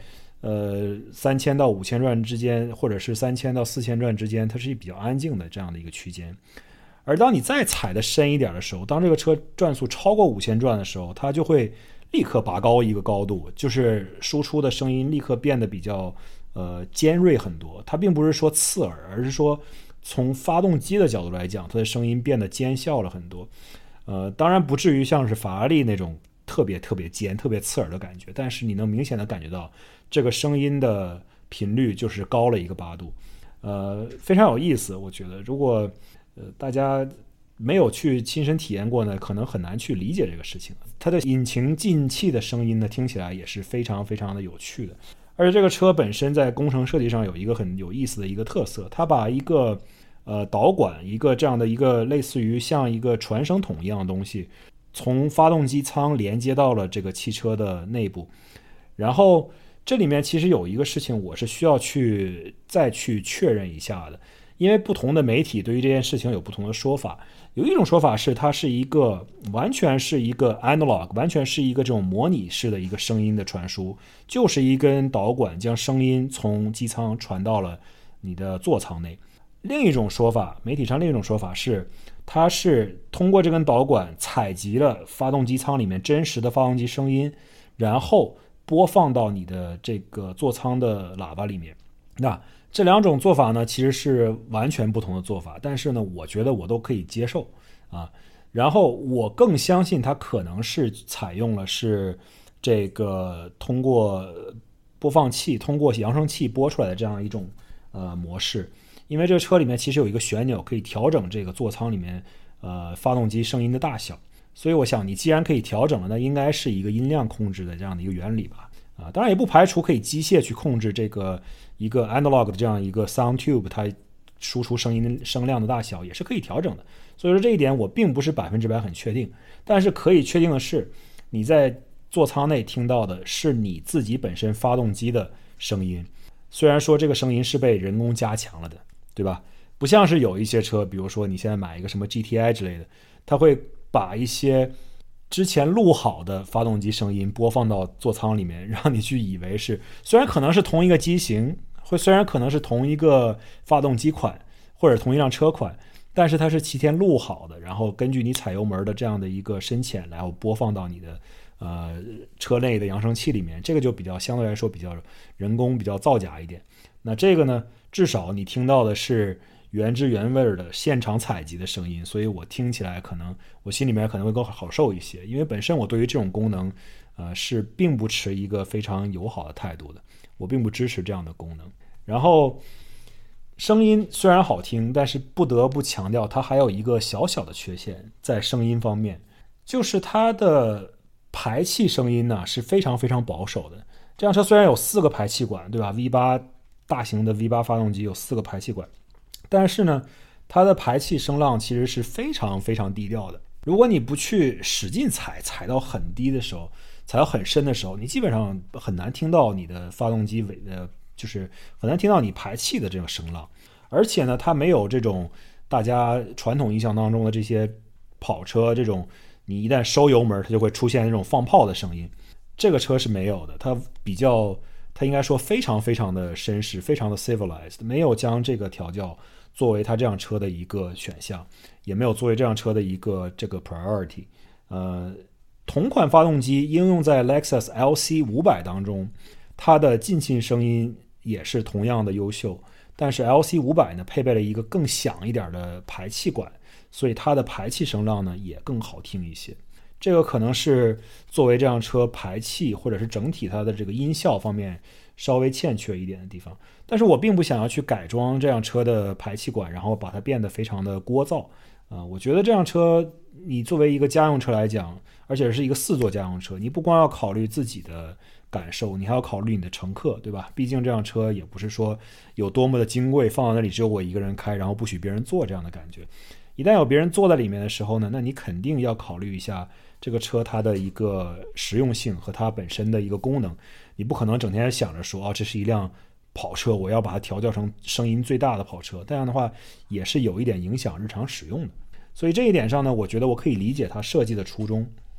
呃三千到五千转之间，或者是三千到四千转之间，它是比较安静的这样的一个区间。而当你再踩的深一点的时候，当这个车转速超过五千转的时候，它就会立刻拔高一个高度，就是输出的声音立刻变得比较呃尖锐很多。它并不是说刺耳，而是说从发动机的角度来讲，它的声音变得尖效了很多。呃，当然不至于像是法拉利那种特别特别尖、特别刺耳的感觉，但是你能明显的感觉到这个声音的频率就是高了一个八度。呃，非常有意思，我觉得如果呃，大家没有去亲身体验过呢，可能很难去理解这个事情。它的引擎进气的声音呢，听起来也是非常非常的有趣的。而且这个车本身在工程设计上有一个很有意思的一个特色，它把一个呃导管，一个这样的一个类似于像一个传声筒一样的东西，从发动机舱连接到了这个汽车的内部。然后这里面其实有一个事情，我是需要去再去确认一下的。因为不同的媒体对于这件事情有不同的说法，有一种说法是它是一个完全是一个 analog， 完全是一个这种模拟式的一个声音的传输，就是一根导管将声音从机舱传到了你的座舱内。另一种说法，媒体上另一种说法是它是通过这根导管采集了发动机舱里面真实的发动机声音，然后播放到你的这个座舱的喇叭里面。那这两种做法呢，其实是完全不同的做法，但是呢，我觉得我都可以接受啊。然后我更相信它可能是采用了是这个通过播放器、通过扬声器播出来的这样一种呃模式，因为这个车里面其实有一个旋钮可以调整这个座舱里面呃发动机声音的大小，所以我想你既然可以调整了，那应该是一个音量控制的这样的一个原理吧。啊，当然也不排除可以机械去控制这个一个 analog 的这样一个 sound tube， 它输出声音声量的大小也是可以调整的。所以说这一点我并不是百分之百很确定，但是可以确定的是，你在座舱内听到的是你自己本身发动机的声音，虽然说这个声音是被人工加强了的，对吧？不像是有一些车，比如说你现在买一个什么 G T I 之类的，它会把一些之前录好的发动机声音播放到座舱里面，让你去以为是，虽然可能是同一个机型，会虽然可能是同一个发动机款或者同一辆车款，但是它是提前录好的，然后根据你踩油门的这样的一个深浅，然后播放到你的呃车内的扬声器里面，这个就比较相对来说比较人工、比较造假一点。那这个呢，至少你听到的是原汁原味的现场采集的声音，所以我听起来可能我心里面可能会更好受一些，因为本身我对于这种功能呃是并不持一个非常友好的态度的，我并不支持这样的功能。然后声音虽然好听，但是不得不强调它还有一个小小的缺陷，在声音方面，就是它的排气声音呢是非常非常保守的。这辆车虽然有四个排气管，对吧 V 八 大型的 V 八 发动机有四个排气管，但是呢它的排气声浪其实是非常非常低调的。如果你不去使劲踩，踩到很低的时候，踩到很深的时候，你基本上很难听到你的发动机尾的，就是很难听到你排气的这种声浪。而且呢，它没有这种大家传统印象当中的这些跑车这种你一旦收油门它就会出现这种放炮的声音，这个车是没有的。它比较它应该说非常非常的绅士，非常的 civilized， 没有将这个调教作为它这辆车的一个选项，也没有作为这辆车的一个这个 priority。 呃，同款发动机应用在 Lexus L C 五百 当中，它的进气声音也是同样的优秀，但是 L C 五百 呢配备了一个更响一点的排气管，所以它的排气声浪呢也更好听一些。这个可能是作为这辆车排气或者是整体它的这个音效方面稍微欠缺一点的地方。但是我并不想要去改装这辆车的排气管，然后把它变得非常的聒噪。呃，我觉得这辆车你作为一个家用车来讲，而且是一个四座家用车，你不光要考虑自己的感受，你还要考虑你的乘客，对吧？毕竟这辆车也不是说有多么的金贵，放到那里只有我一个人开，然后不许别人坐这样的感觉。一旦有别人坐在里面的时候呢，那你肯定要考虑一下这个车它的一个实用性和它本身的一个功能。你不可能整天想着说，哦，这是一辆跑车，我要把它调教成声音最大的跑车，这样的话也是有一点影响日常使用的。所以这一点上呢，我觉得我可以理解它设计的初衷。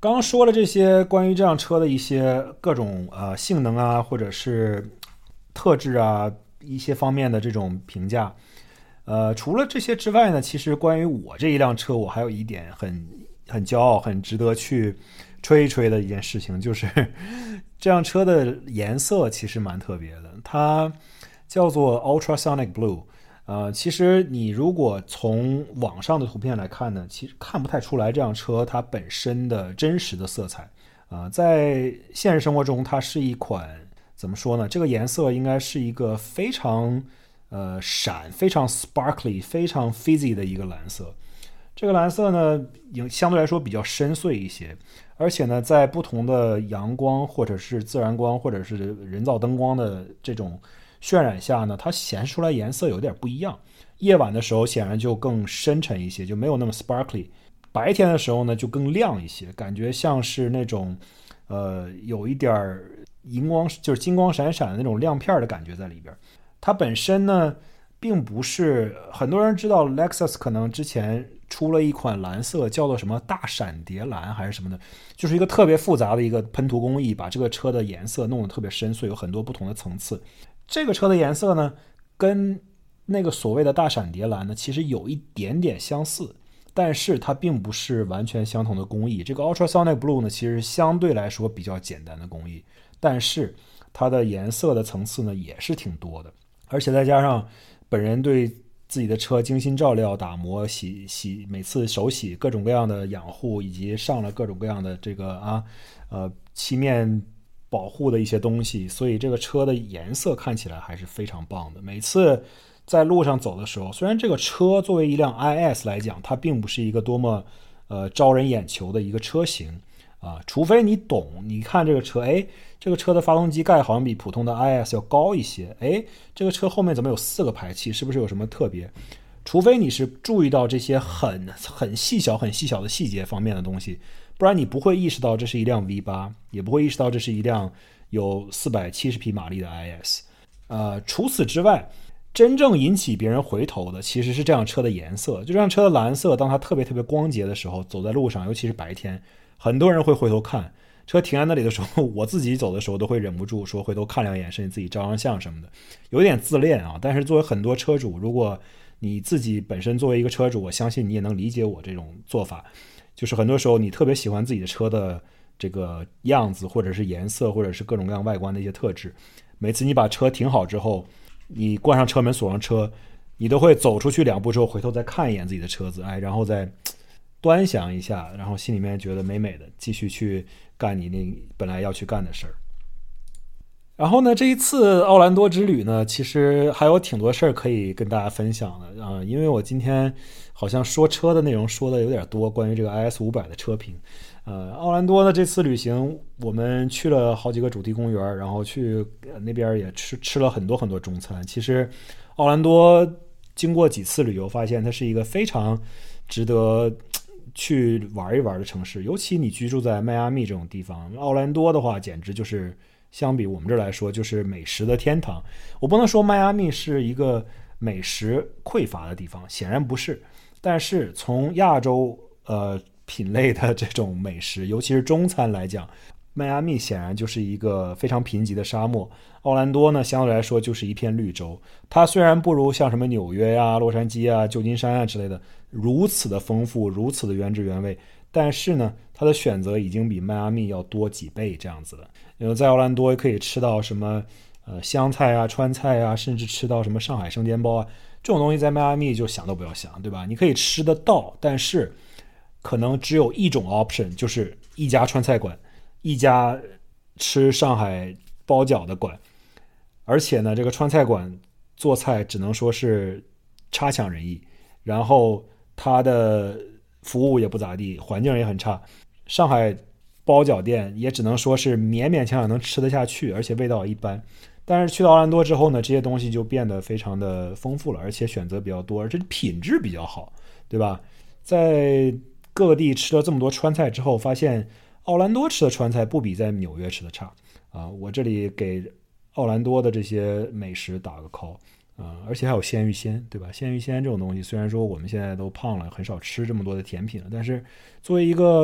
刚刚说了这些关于这辆车的一些各种呃性能啊，或者是特质啊一些方面的这种评价。呃，除了这些之外呢，其实关于我这一辆车，我还有一点很很骄傲、很值得去吹一吹的一件事情，就是这辆车的颜色其实蛮特别的，它叫做 Ultrasonic Blue。呃，其实你如果从网上的图片来看呢，其实看不太出来这辆车它本身的真实的色彩。呃，在现实生活中，它是一款怎么说呢？这个颜色应该是一个非常呃闪、非常 sparkly、非常 fizzy 的一个蓝色。这个蓝色呢，相对来说比较深邃一些，而且呢，在不同的阳光或者是自然光或者是人造灯光的这种渲染下呢，它显示出来颜色有点不一样。夜晚的时候显然就更深沉一些，就没有那么 sparkly。白天的时候呢，就更亮一些，感觉像是那种呃有一点荧光，就是金光闪闪的那种亮片的感觉在里边。它本身呢，并不是很多人知道 Lexus 可能之前出了一款蓝色叫做什么大闪蝶蓝还是什么的，就是一个特别复杂的一个喷涂工艺，把这个车的颜色弄得特别深邃，有很多不同的层次。这个车的颜色呢，跟那个所谓的大闪蝶蓝呢，其实有一点点相似，但是它并不是完全相同的工艺。这个 Ultrasonic Blue 呢，其实相对来说比较简单的工艺，但是它的颜色的层次呢也是挺多的，而且再加上本人对自己的车精心照料、打磨、洗洗，每次手洗各种各样的养护，以及上了各种各样的这个啊呃漆面保护的一些东西，所以这个车的颜色看起来还是非常棒的。每次在路上走的时候，虽然这个车作为一辆 I S 来讲，它并不是一个多么呃招人眼球的一个车型啊，除非你懂，你看这个车，哎，这个车的发动机盖好像比普通的 I S 要高一些，哎，这个车后面怎么有四个排气，是不是有什么特别？除非你是注意到这些很很细小、很细小的细节方面的东西，不然你不会意识到这是一辆 V 八， 也不会意识到这是一辆有四百七十匹马力的 I S。呃，除此之外，真正引起别人回头的其实是这辆车的颜色。就这辆车的蓝色，当它特别特别光洁的时候，走在路上，尤其是白天，很多人会回头看。车停在那里的时候，我自己走的时候都会忍不住说回头看两眼，甚至自己照张相什么的，有点自恋啊。但是作为很多车主，如果你自己本身作为一个车主，我相信你也能理解我这种做法。就是很多时候你特别喜欢自己的车的这个样子，或者是颜色，或者是各种各样外观的一些特质。每次你把车停好之后，你关上车门锁上车，你都会走出去两步之后回头再看一眼自己的车子，哎，然后再端详一下，然后心里面觉得美美的，继续去干你那本来要去干的事儿。然后呢，这一次奥兰多之旅呢，其实还有挺多事儿可以跟大家分享的啊、呃，因为我今天好像说车的内容说的有点多，关于这个 I S 五百 的车评。呃，奥兰多的这次旅行，我们去了好几个主题公园，然后去那边也吃吃了很多很多中餐。其实，奥兰多经过几次旅游，发现它是一个非常值得去玩一玩的城市。尤其你居住在迈阿密这种地方，奥兰多的话，简直就是相比我们这儿来说，就是美食的天堂。我不能说迈阿密是一个美食匮乏的地方，显然不是。但是从亚洲呃。品类的这种美食，尤其是中餐来讲，迈阿密显然就是一个非常贫瘠的沙漠。奥兰多呢，相对来说就是一片绿洲。它虽然不如像什么纽约呀、洛杉矶啊、旧金山啊之类的如此的丰富，如此的原汁原味，但是呢，它的选择已经比迈阿密要多几倍这样子了。因为在奥兰多可以吃到什么呃湘菜啊、川菜啊，甚至吃到什么上海生煎包啊，这种东西在迈阿密就想都不要想，对吧？你可以吃得到，但是可能只有一种 option， 就是一家川菜馆，一家吃上海包饺的馆，而且呢，这个川菜馆做菜只能说是差强人意，然后它的服务也不咋地，环境也很差。上海包饺店也只能说是勉勉强强能吃得下去，而且味道一般。但是去到奥兰多之后呢，这些东西就变得非常的丰富了，而且选择比较多，而且品质比较好，对吧？在各地吃了这么多川菜之后，发现奥兰多吃的川菜不比在纽约吃的差啊！我这里给奥兰多的这些美食打个 call 啊，而且还有鲜芋仙，对吧？鲜芋仙这种东西，虽然说我们现在都胖了，很少吃这么多的甜品了，但是作为一个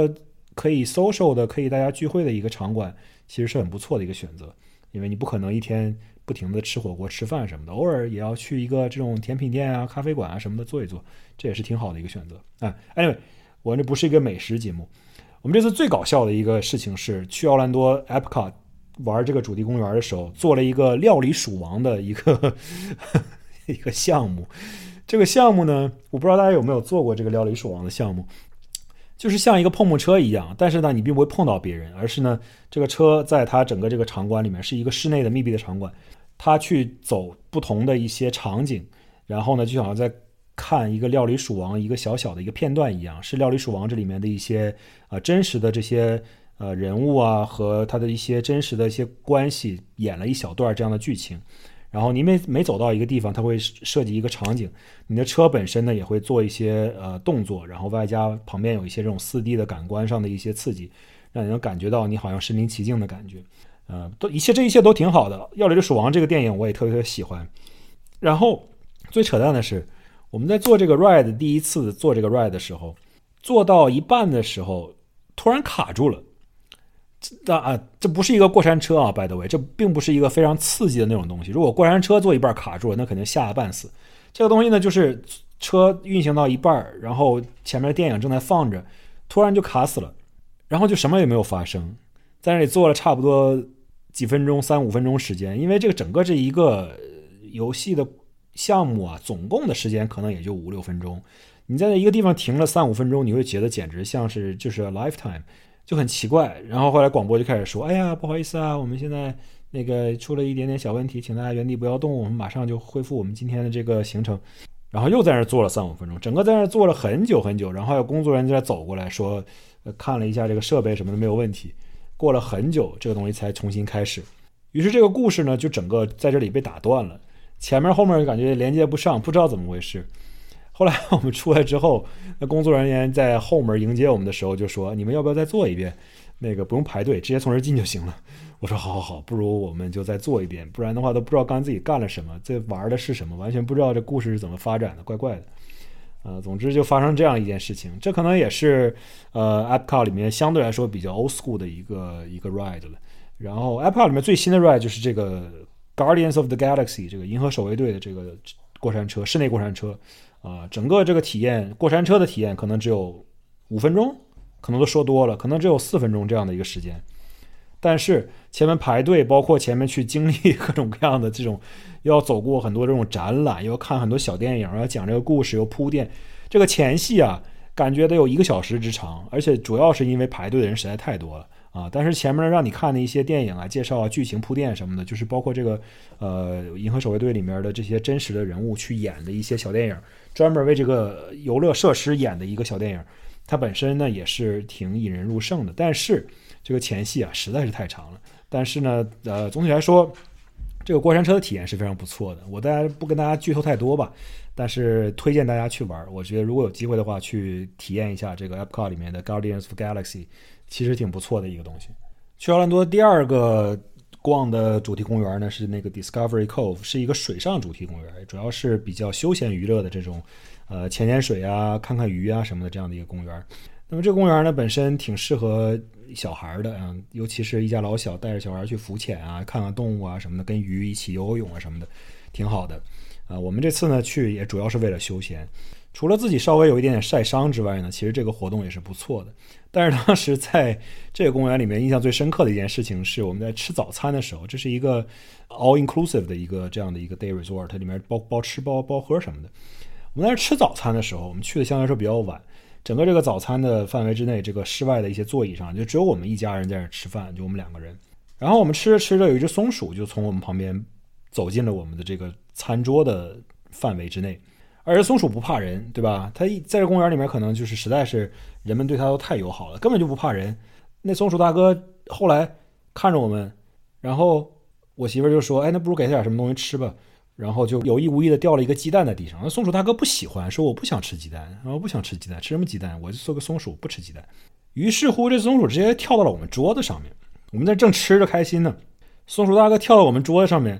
可以 social 的，可以大家聚会的一个场馆，其实是很不错的一个选择。因为你不可能一天不停的吃火锅吃饭什么的，偶尔也要去一个这种甜品店啊咖啡馆啊什么的做一做，这也是挺好的一个选择啊。Anyway， 我这不是一个美食节目，我们这次最搞笑的一个事情是去奥兰多 Epcot 玩这个主题公园的时候，做了一个料理鼠王的一个一个项目。这个项目呢，我不知道大家有没有做过这个料理鼠王的项目，就是像一个碰碰车一样，但是呢你并不会碰到别人，而是呢这个车在它整个这个场馆里面是一个室内的密闭的场馆，它去走不同的一些场景，然后呢就好像在看一个料理鼠王一个小小的一个片段一样，是料理鼠王这里面的一些呃真实的这些呃人物啊和它的一些真实的一些关系演了一小段这样的剧情。然后你每每走到一个地方，它会设计一个场景，你的车本身呢也会做一些呃动作，然后外加旁边有一些这种 四 D 的感官上的一些刺激，让你能感觉到你好像身临其境的感觉。呃，都一切这一切都挺好的。《料理的鼠王》这个电影我也特别特别喜欢。然后最扯淡的是，我们在做这个 ride 第一次做这个 ride 的时候，做到一半的时候突然卡住了。这啊，这不是一个过山车啊 by the way， 这并不是一个非常刺激的那种东西。如果过山车做一半卡住了，那肯定吓得半死。这个东西呢，就是车运行到一半，然后前面的电影正在放着，突然就卡死了，然后就什么也没有发生，在那里坐了差不多几分钟，三五分钟时间。因为这个整个这一个游戏的项目啊，总共的时间可能也就五六分钟。你在一个地方停了三五分钟，你会觉得简直像是就是 a lifetime。就很奇怪，然后后来广播就开始说，哎呀不好意思啊，我们现在那个出了一点点小问题，请大家原地不要动，我们马上就恢复我们今天的这个行程。然后又在那坐了三五分钟，整个在那坐了很久很久，然后还有工作人员在走过来说、呃、看了一下这个设备什么的没有问题，过了很久这个东西才重新开始。于是这个故事呢就整个在这里被打断了，前面后面感觉连接不上，不知道怎么回事。后来我们出来之后，那工作人员在后门迎接我们的时候就说，你们要不要再做一遍，那个不用排队直接从这进就行了。我说好好好，不如我们就再做一遍，不然的话都不知道刚才自己干了什么，这玩的是什么，完全不知道这故事是怎么发展的，怪怪的。呃，总之就发生这样一件事情，这可能也是呃 Epcot 里面相对来说比较 old school 的一个一个 ride 了。然后 Epcot 里面最新的 ride 就是这个 Guardians of the Galaxy 这个银河守卫队的这个过山车，室内过山车。啊、呃，整个这个体验，过山车的体验可能只有五分钟，可能都说多了，可能只有四分钟这样的一个时间。但是前面排队，包括前面去经历各种各样的这种，要走过很多这种展览，要看很多小电影，要讲这个故事，有铺垫。这个前戏啊，感觉得有一个小时之长，而且主要是因为排队的人实在太多了。啊，但是前面让你看的一些电影啊、介绍啊、剧情铺垫什么的，就是包括这个呃《银河守卫队》里面的这些真实的人物去演的一些小电影，专门为这个游乐设施演的一个小电影，它本身呢也是挺引人入胜的。但是这个前戏啊实在是太长了。但是呢，呃，总体来说，这个过山车的体验是非常不错的。我大家不跟大家剧透太多吧，但是推荐大家去玩。我觉得如果有机会的话，去体验一下这个 Epcot 里面的 Guardians of the Galaxy。其实挺不错的一个东西。去奥兰多第二个逛的主题公园呢是那个 Discovery Cove， 是一个水上主题公园，主要是比较休闲娱乐的这种呃潜潜水啊、看看鱼啊什么的这样的一个公园。那么这个公园呢本身挺适合小孩的，嗯，尤其是一家老小带着小孩去浮潜啊、看看动物啊什么的，跟鱼一起游游泳啊什么的，挺好的。啊、呃，我们这次呢去也主要是为了休闲。除了自己稍微有一点点晒伤之外呢，其实这个活动也是不错的。但是当时在这个公园里面印象最深刻的一件事情是我们在吃早餐的时候，这是一个 all inclusive 的一个这样的一个 day resort， 它里面包包吃包包喝什么的。我们在这吃早餐的时候，我们去的相对来说比较晚，整个这个早餐的范围之内，这个室外的一些座椅上就只有我们一家人在这吃饭，就我们两个人。然后我们吃着吃着，有一只松鼠就从我们旁边走进了我们的这个餐桌的范围之内。而松鼠不怕人，对吧？它在这公园里面可能就是实在是人们对它都太友好了，根本就不怕人。那松鼠大哥后来看着我们，然后我媳妇儿就说，哎，那不如给他点什么东西吃吧。然后就有意无意的掉了一个鸡蛋在地上。那松鼠大哥不喜欢，说我不想吃鸡蛋，然后不想吃鸡蛋，吃什么鸡蛋？我就做个松鼠，不吃鸡蛋。于是乎这松鼠直接跳到了我们桌子上面，我们在正吃着开心呢，松鼠大哥跳到我们桌子上面，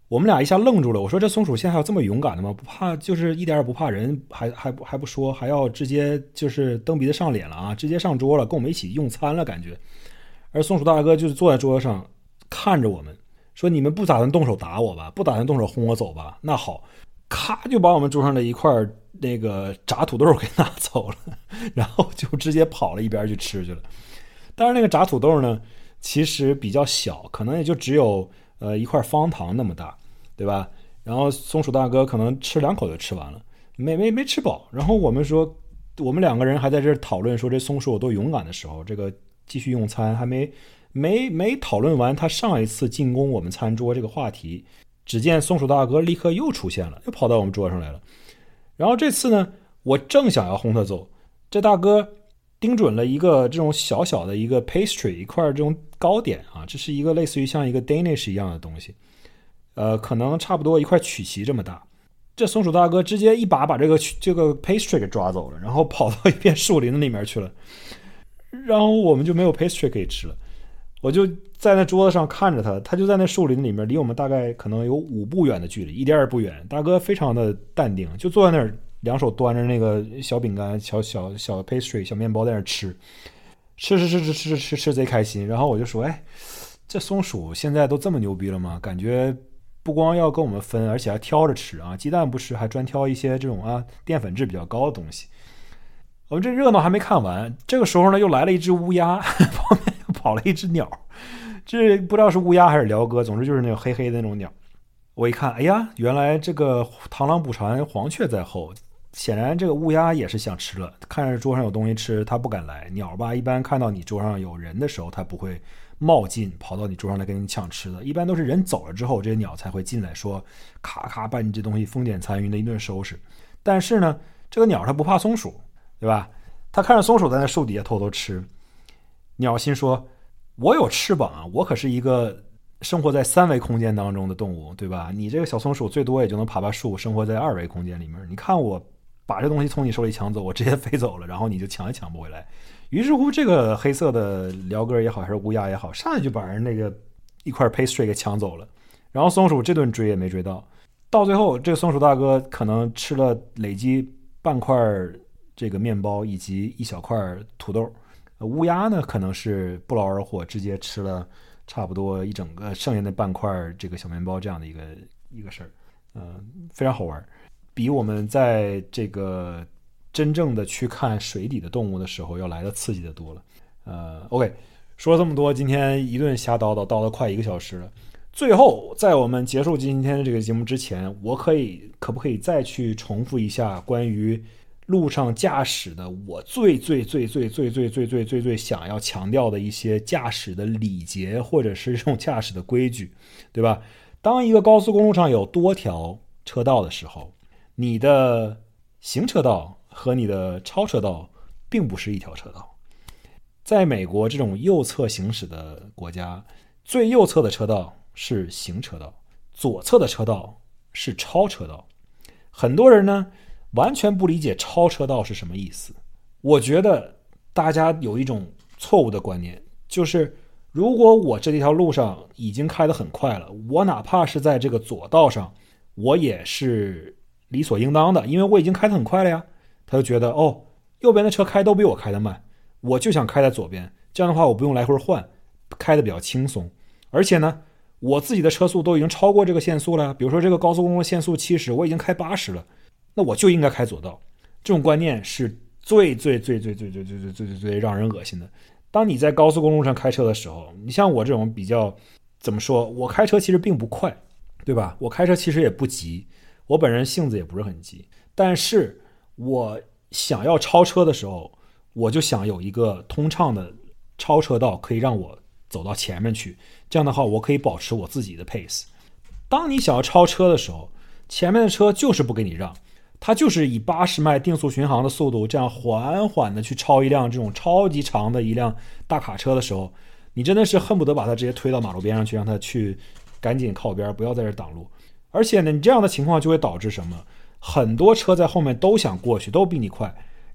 我们俩一下愣住了，我说这松鼠现在还有这么勇敢的吗？不怕，就是一点也不怕人，还还不还不说，还要直接就是蹬鼻子上脸了啊，直接上桌了，跟我们一起用餐了感觉。而松鼠大哥就是坐在桌子上看着我们，说你们不打算动手打我吧？不打算动手轰我走吧？那好，咔就把我们桌上的一块那个炸土豆给拿走了，然后就直接跑了一边去吃去了。但是那个炸土豆呢，其实比较小，可能也就只有呃一块方糖那么大，对吧？然后松鼠大哥可能吃两口就吃完了，没没没吃饱。然后我们说，我们两个人还在这讨论说这松鼠有多勇敢的时候，这个继续用餐还没没没讨论完他上一次进攻我们餐桌这个话题，只见松鼠大哥立刻又出现了，又跑到我们桌上来了。然后这次呢，我正想要轰他走，这大哥盯准了一个这种小小的一个 pastry 一块这种糕点啊，这是一个类似于像一个 Danish 一样的东西，呃，可能差不多一块曲奇这么大。这松鼠大哥直接一把把这个这个 pastry 给抓走了，然后跑到一片树林里面去了。然后我们就没有 pastry 可以吃了，我就在那桌子上看着他，他就在那树林里面，离我们大概可能有五步远的距离，一点也不远。大哥非常的淡定，就坐在那儿，两手端着那个小饼干、小小小 pastry、小面包在那儿吃，吃吃吃吃吃吃吃贼开心。然后我就说，哎，这松鼠现在都这么牛逼了吗？感觉不光要跟我们分，而且还挑着吃啊，鸡蛋不吃，还专挑一些这种啊淀粉质比较高的东西。我们这热闹还没看完，这个时候呢，又来了一只乌鸦，旁边又跑了一只鸟，这不知道是乌鸦还是鹩哥，总之就是那种黑黑的那种鸟。我一看，哎呀，原来这个螳螂捕蝉，黄雀在后。显然这个乌鸦也是想吃了，看着桌上有东西吃，它不敢来。鸟吧，一般看到你桌上有人的时候，它不会冒进跑到你桌上来跟你抢吃的，一般都是人走了之后，这些鸟才会进来说，咔咔把你这东西风卷残云的一顿收拾。但是呢，这个鸟它不怕松鼠，对吧？它看着松鼠在那树底下偷偷吃，鸟心说，我有翅膀啊，我可是一个生活在三维空间当中的动物，对吧？你这个小松鼠最多也就能爬爬树，生活在二维空间里面。你看我把这东西从你手里抢走，我直接飞走了，然后你就抢也抢不回来。于是乎，这个黑色的鹩哥也好，还是乌鸦也好，上来就把人那个一块 pastry 给抢走了。然后松鼠这顿追也没追到，到最后这个松鼠大哥可能吃了累积半块这个面包以及一小块土豆，乌鸦呢可能是不劳而获，直接吃了差不多一整个剩下的半块这个小面包，这样的一个一个事儿，呃，非常好玩，比我们在这个真正的去看水底的动物的时候要来的刺激的多了。呃 ，OK， 说了这么多，今天一顿瞎叨叨，叨了快一个小时了。最后，在我们结束今天的这个节目之前，我可以可不可以再去重复一下关于路上驾驶的我最最最最最最最最最最想要强调的一些驾驶的礼节，或者是这种驾驶的规矩，对吧？当一个高速公路上有多条车道的时候，你的行车道和你的超车道并不是一条车道。在美国这种右侧行驶的国家，最右侧的车道是行车道，左侧的车道是超车道。很多人呢完全不理解超车道是什么意思。我觉得大家有一种错误的观念，就是如果我这条路上已经开得很快了，我哪怕是在这个左道上，我也是理所应当的，因为我已经开得很快了呀。他就觉得哦，右边的车开都比我开得慢，我就想开在左边，这样的话我不用来回换，开得比较轻松。而且呢，我自己的车速都已经超过这个限速了，比如说这个高速公路限速七十，我已经开八十了，那我就应该开左道。这种观念是最最最最最最最最最最最让人恶心的。当你在高速公路上开车的时候，你像我这种比较怎么说，我开车其实并不快，对吧？我开车其实也不急，我本人性子也不是很急，但是我想要超车的时候，我就想有一个通畅的超车道可以让我走到前面去，这样的话我可以保持我自己的 pace。 当你想要超车的时候，前面的车就是不给你让，它就是以八十迈定速巡航的速度，这样缓缓的去超一辆这种超级长的一辆大卡车的时候，你真的是恨不得把它直接推到马路边上去，让它去赶紧靠边，不要在这挡路。而且呢，你这样的情况就会导致什么？很多车在后面都想过去，都比你快，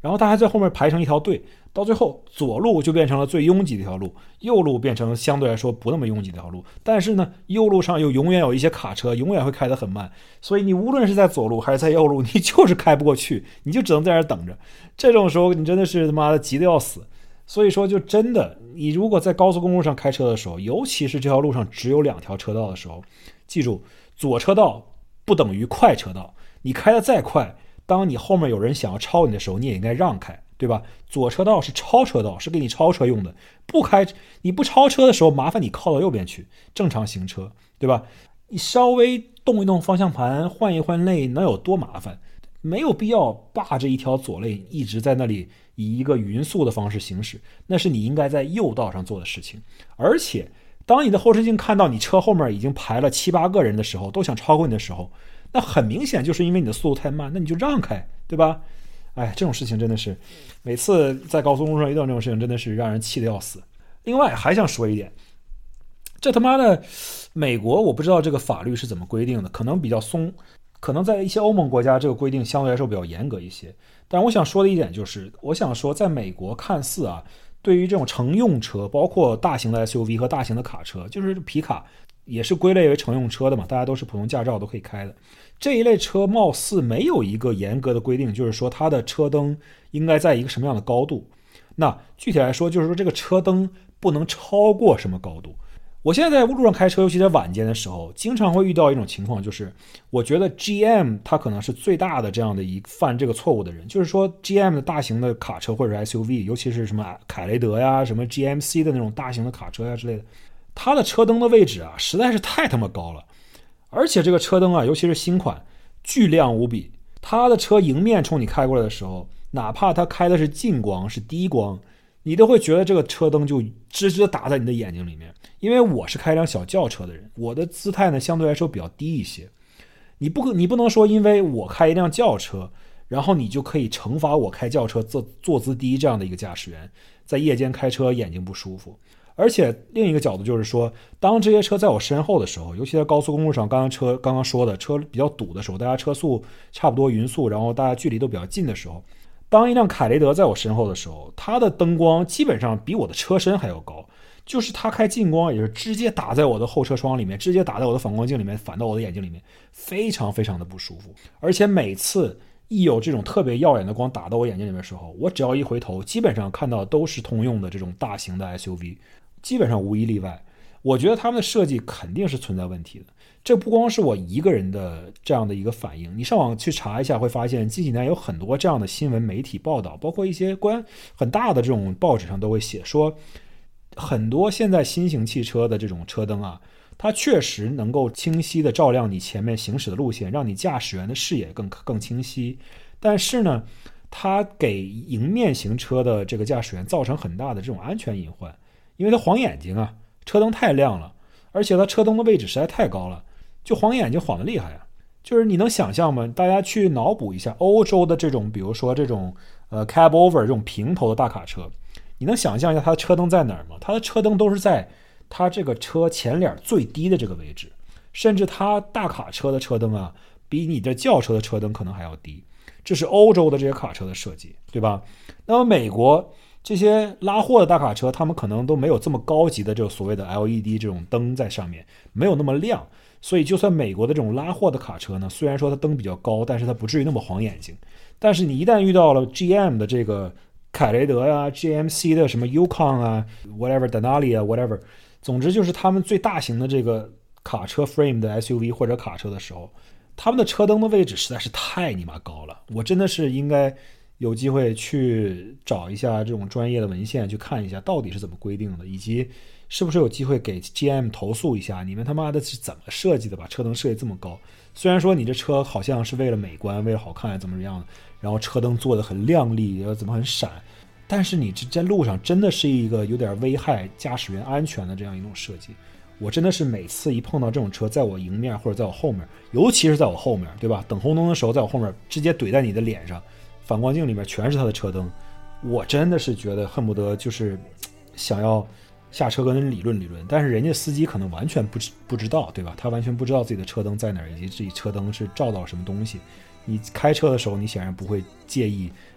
然后大家在后面排成一条队，到最后左路就变成了最拥挤的一条路，右路变成相对来说不那么拥挤的一条路，但是呢右路上又永远有一些卡车，永远会开得很慢，所以你无论是在左路还是在右路，你就是开不过去，你就只能在那儿等着。这种时候你真的是他妈的急得要死。所以说就真的，你如果在高速公路上开车的时候，尤其是这条路上只有两条车道的时候，记住左车道不等于快车道，你开得再快，当你后面有人想要超你的时候，你也应该让开，对吧？左车道是超车道，是给你超车用的，不开你不超车的时候，麻烦你靠到右边去正常行车，对吧？你稍微动一动方向盘，换一换类，能有多麻烦？没有必要霸着一条左类一直在那里以一个匀速的方式行驶，那是你应该在右道上做的事情。而且当你的后视镜看到你车后面已经排了七八个人的时候，都想超过你的时候，那很明显就是因为你的速度太慢，那你就让开，对吧？哎，这种事情真的是每次在高速公路上遇到这种事情真的是让人气得要死。另外还想说一点，这他妈的美国我不知道这个法律是怎么规定的，可能比较松，可能在一些欧盟国家这个规定相对来说比较严格一些。但我想说的一点就是，我想说在美国看似啊，对于这种乘用车，包括大型的 S U V 和大型的卡车，就是皮卡也是归类为乘用车的嘛，大家都是普通驾照都可以开的。这一类车貌似没有一个严格的规定，就是说它的车灯应该在一个什么样的高度。那具体来说就是说这个车灯不能超过什么高度。我现在在路上开车，尤其在晚间的时候，经常会遇到一种情况，就是我觉得 G M 它可能是最大的这样的一犯这个错误的人，就是说 G M 的大型的卡车或者 S U V， 尤其是什么凯雷德呀、什么 G M C 的那种大型的卡车呀之类的，它的车灯的位置啊实在是太他妈高了，而且这个车灯啊，尤其是新款，巨亮无比。它的车迎面冲你开过来的时候，哪怕它开的是近光是低光，你都会觉得这个车灯就直直的打在你的眼睛里面。因为我是开一辆小轿车的人，我的姿态呢相对来说比较低一些，你不你不能说因为我开一辆轿车，然后你就可以惩罚我开轿车坐坐姿低这样的一个驾驶员，在夜间开车眼睛不舒服。而且另一个角度就是说，当这些车在我身后的时候，尤其在高速公路上，刚刚车刚刚说的车比较堵的时候，大家车速差不多匀速，然后大家距离都比较近的时候，当一辆凯雷德在我身后的时候，它的灯光基本上比我的车身还要高，就是它开近光也是直接打在我的后车窗里面，直接打在我的反光镜里面，反到我的眼睛里面，非常非常的不舒服。而且每次一有这种特别耀眼的光打到我眼睛里面的时候，我只要一回头，基本上看到都是通用的这种大型的 S U V， 基本上无一例外。我觉得他们的设计肯定是存在问题的，这不光是我一个人的这样的一个反应，你上网去查一下会发现近几年有很多这样的新闻媒体报道，包括一些关很大的这种报纸上都会写说，很多现在新型汽车的这种车灯啊，它确实能够清晰的照亮你前面行驶的路线，让你驾驶员的视野更更清晰，但是呢它给迎面行车的这个驾驶员造成很大的这种安全隐患，因为它晃眼睛啊，车灯太亮了，而且它车灯的位置实在太高了，就晃眼睛晃得厉害啊。就是你能想象吗？大家去脑补一下欧洲的这种比如说这种呃 cab over 这种平头的大卡车，你能想象一下它的车灯在哪儿吗？它的车灯都是在它这个车前脸最低的这个位置，甚至它大卡车的车灯啊比你的轿车的车灯可能还要低，这是欧洲的这些卡车的设计，对吧？那么美国这些拉货的大卡车，他们可能都没有这么高级的这种所谓的 L E D 这种灯在上面，没有那么亮，所以就算美国的这种拉货的卡车呢，虽然说它灯比较高，但是它不至于那么晃眼睛。但是你一旦遇到了 G M 的这个凯雷德呀、啊、G M C 的什么 Yukon 啊 whatever Denali 啊 whatever， 总之就是他们最大型的这个卡车 frame 的 S U V 或者卡车的时候，他们的车灯的位置实在是太你妈高了，我真的是应该有机会去找一下这种专业的文献，去看一下到底是怎么规定的，以及是不是有机会给 G M 投诉一下，你们他妈的是怎么设计的，把车灯设计这么高？虽然说你这车好像是为了美观，为了好看怎么样的，然后车灯做得很亮丽，怎么很闪，但是你在路上真的是一个有点危害驾驶员安全的这样一种设计。我真的是每次一碰到这种车在我迎面或者在我后面，尤其是在我后面，对吧？等红灯的时候在我后面直接怼在你的脸上，反光镜里面全是他的车灯，我真的是觉得恨不得就是想要下车跟人理论理论，但是人家司机可能完全不知不知道，对吧？他完全不知道自己的车灯在哪儿，以及自己车灯是照到什么东西。你开车的时候你显然不会介意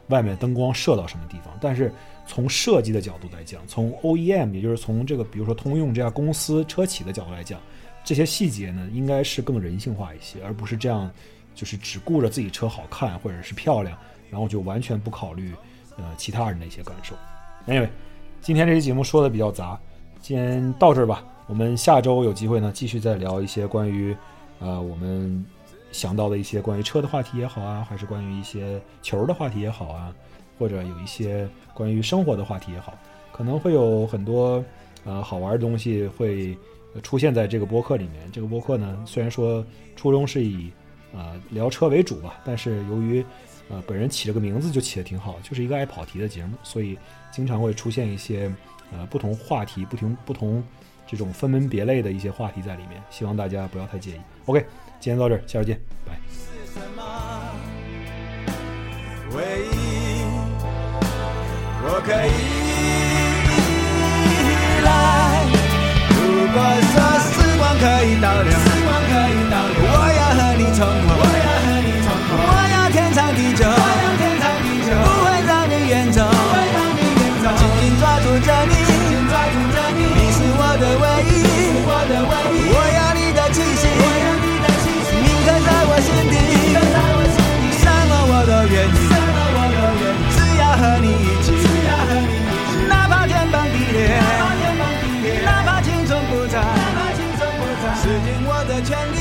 外面灯光射到什么地方，但是从设计的角度来讲，从 O E M 也就是从这个比如说通用这家公司车企的角度来讲，这些细节呢应该是更人性化一些，而不是这样就是只顾着自己车好看或者是漂亮，然后就完全不考虑呃其他人的一些感受。Anyway， 今天这期节目说的比较杂，先到这儿吧。我们下周有机会呢继续再聊一些关于呃我们想到的一些关于车的话题也好啊，还是关于一些球的话题也好啊，或者有一些关于生活的话题也好，可能会有很多呃好玩的东西会出现在这个播客里面。这个播客呢，虽然说初衷是以呃聊车为主吧，但是由于呃本人起了个名字就起得挺好，就是一个爱跑题的节目，所以经常会出现一些呃不同话题、不同不同这种分门别类的一些话题在里面，希望大家不要太介意。OK， 今天到这儿，下周见，拜。 是什么唯一我可以依赖？如果说时光可以倒流，时光可以倒流，我要和你重逢，我要和你重逢，我要天长地久，我要天长地久，不会让你远走，不会让你远走，紧紧抓住着你，紧紧抓住着你，你是我的唯一，我的唯一，我要你的气息，我要你的气息，铭刻在我心底，铭刻在我心底，什么我都愿意，什么我都愿意，只要和你一起，只要和你一起，哪怕天崩地裂，哪怕天崩地裂，哪怕青春不在，哪怕青春不在，使尽我的全力。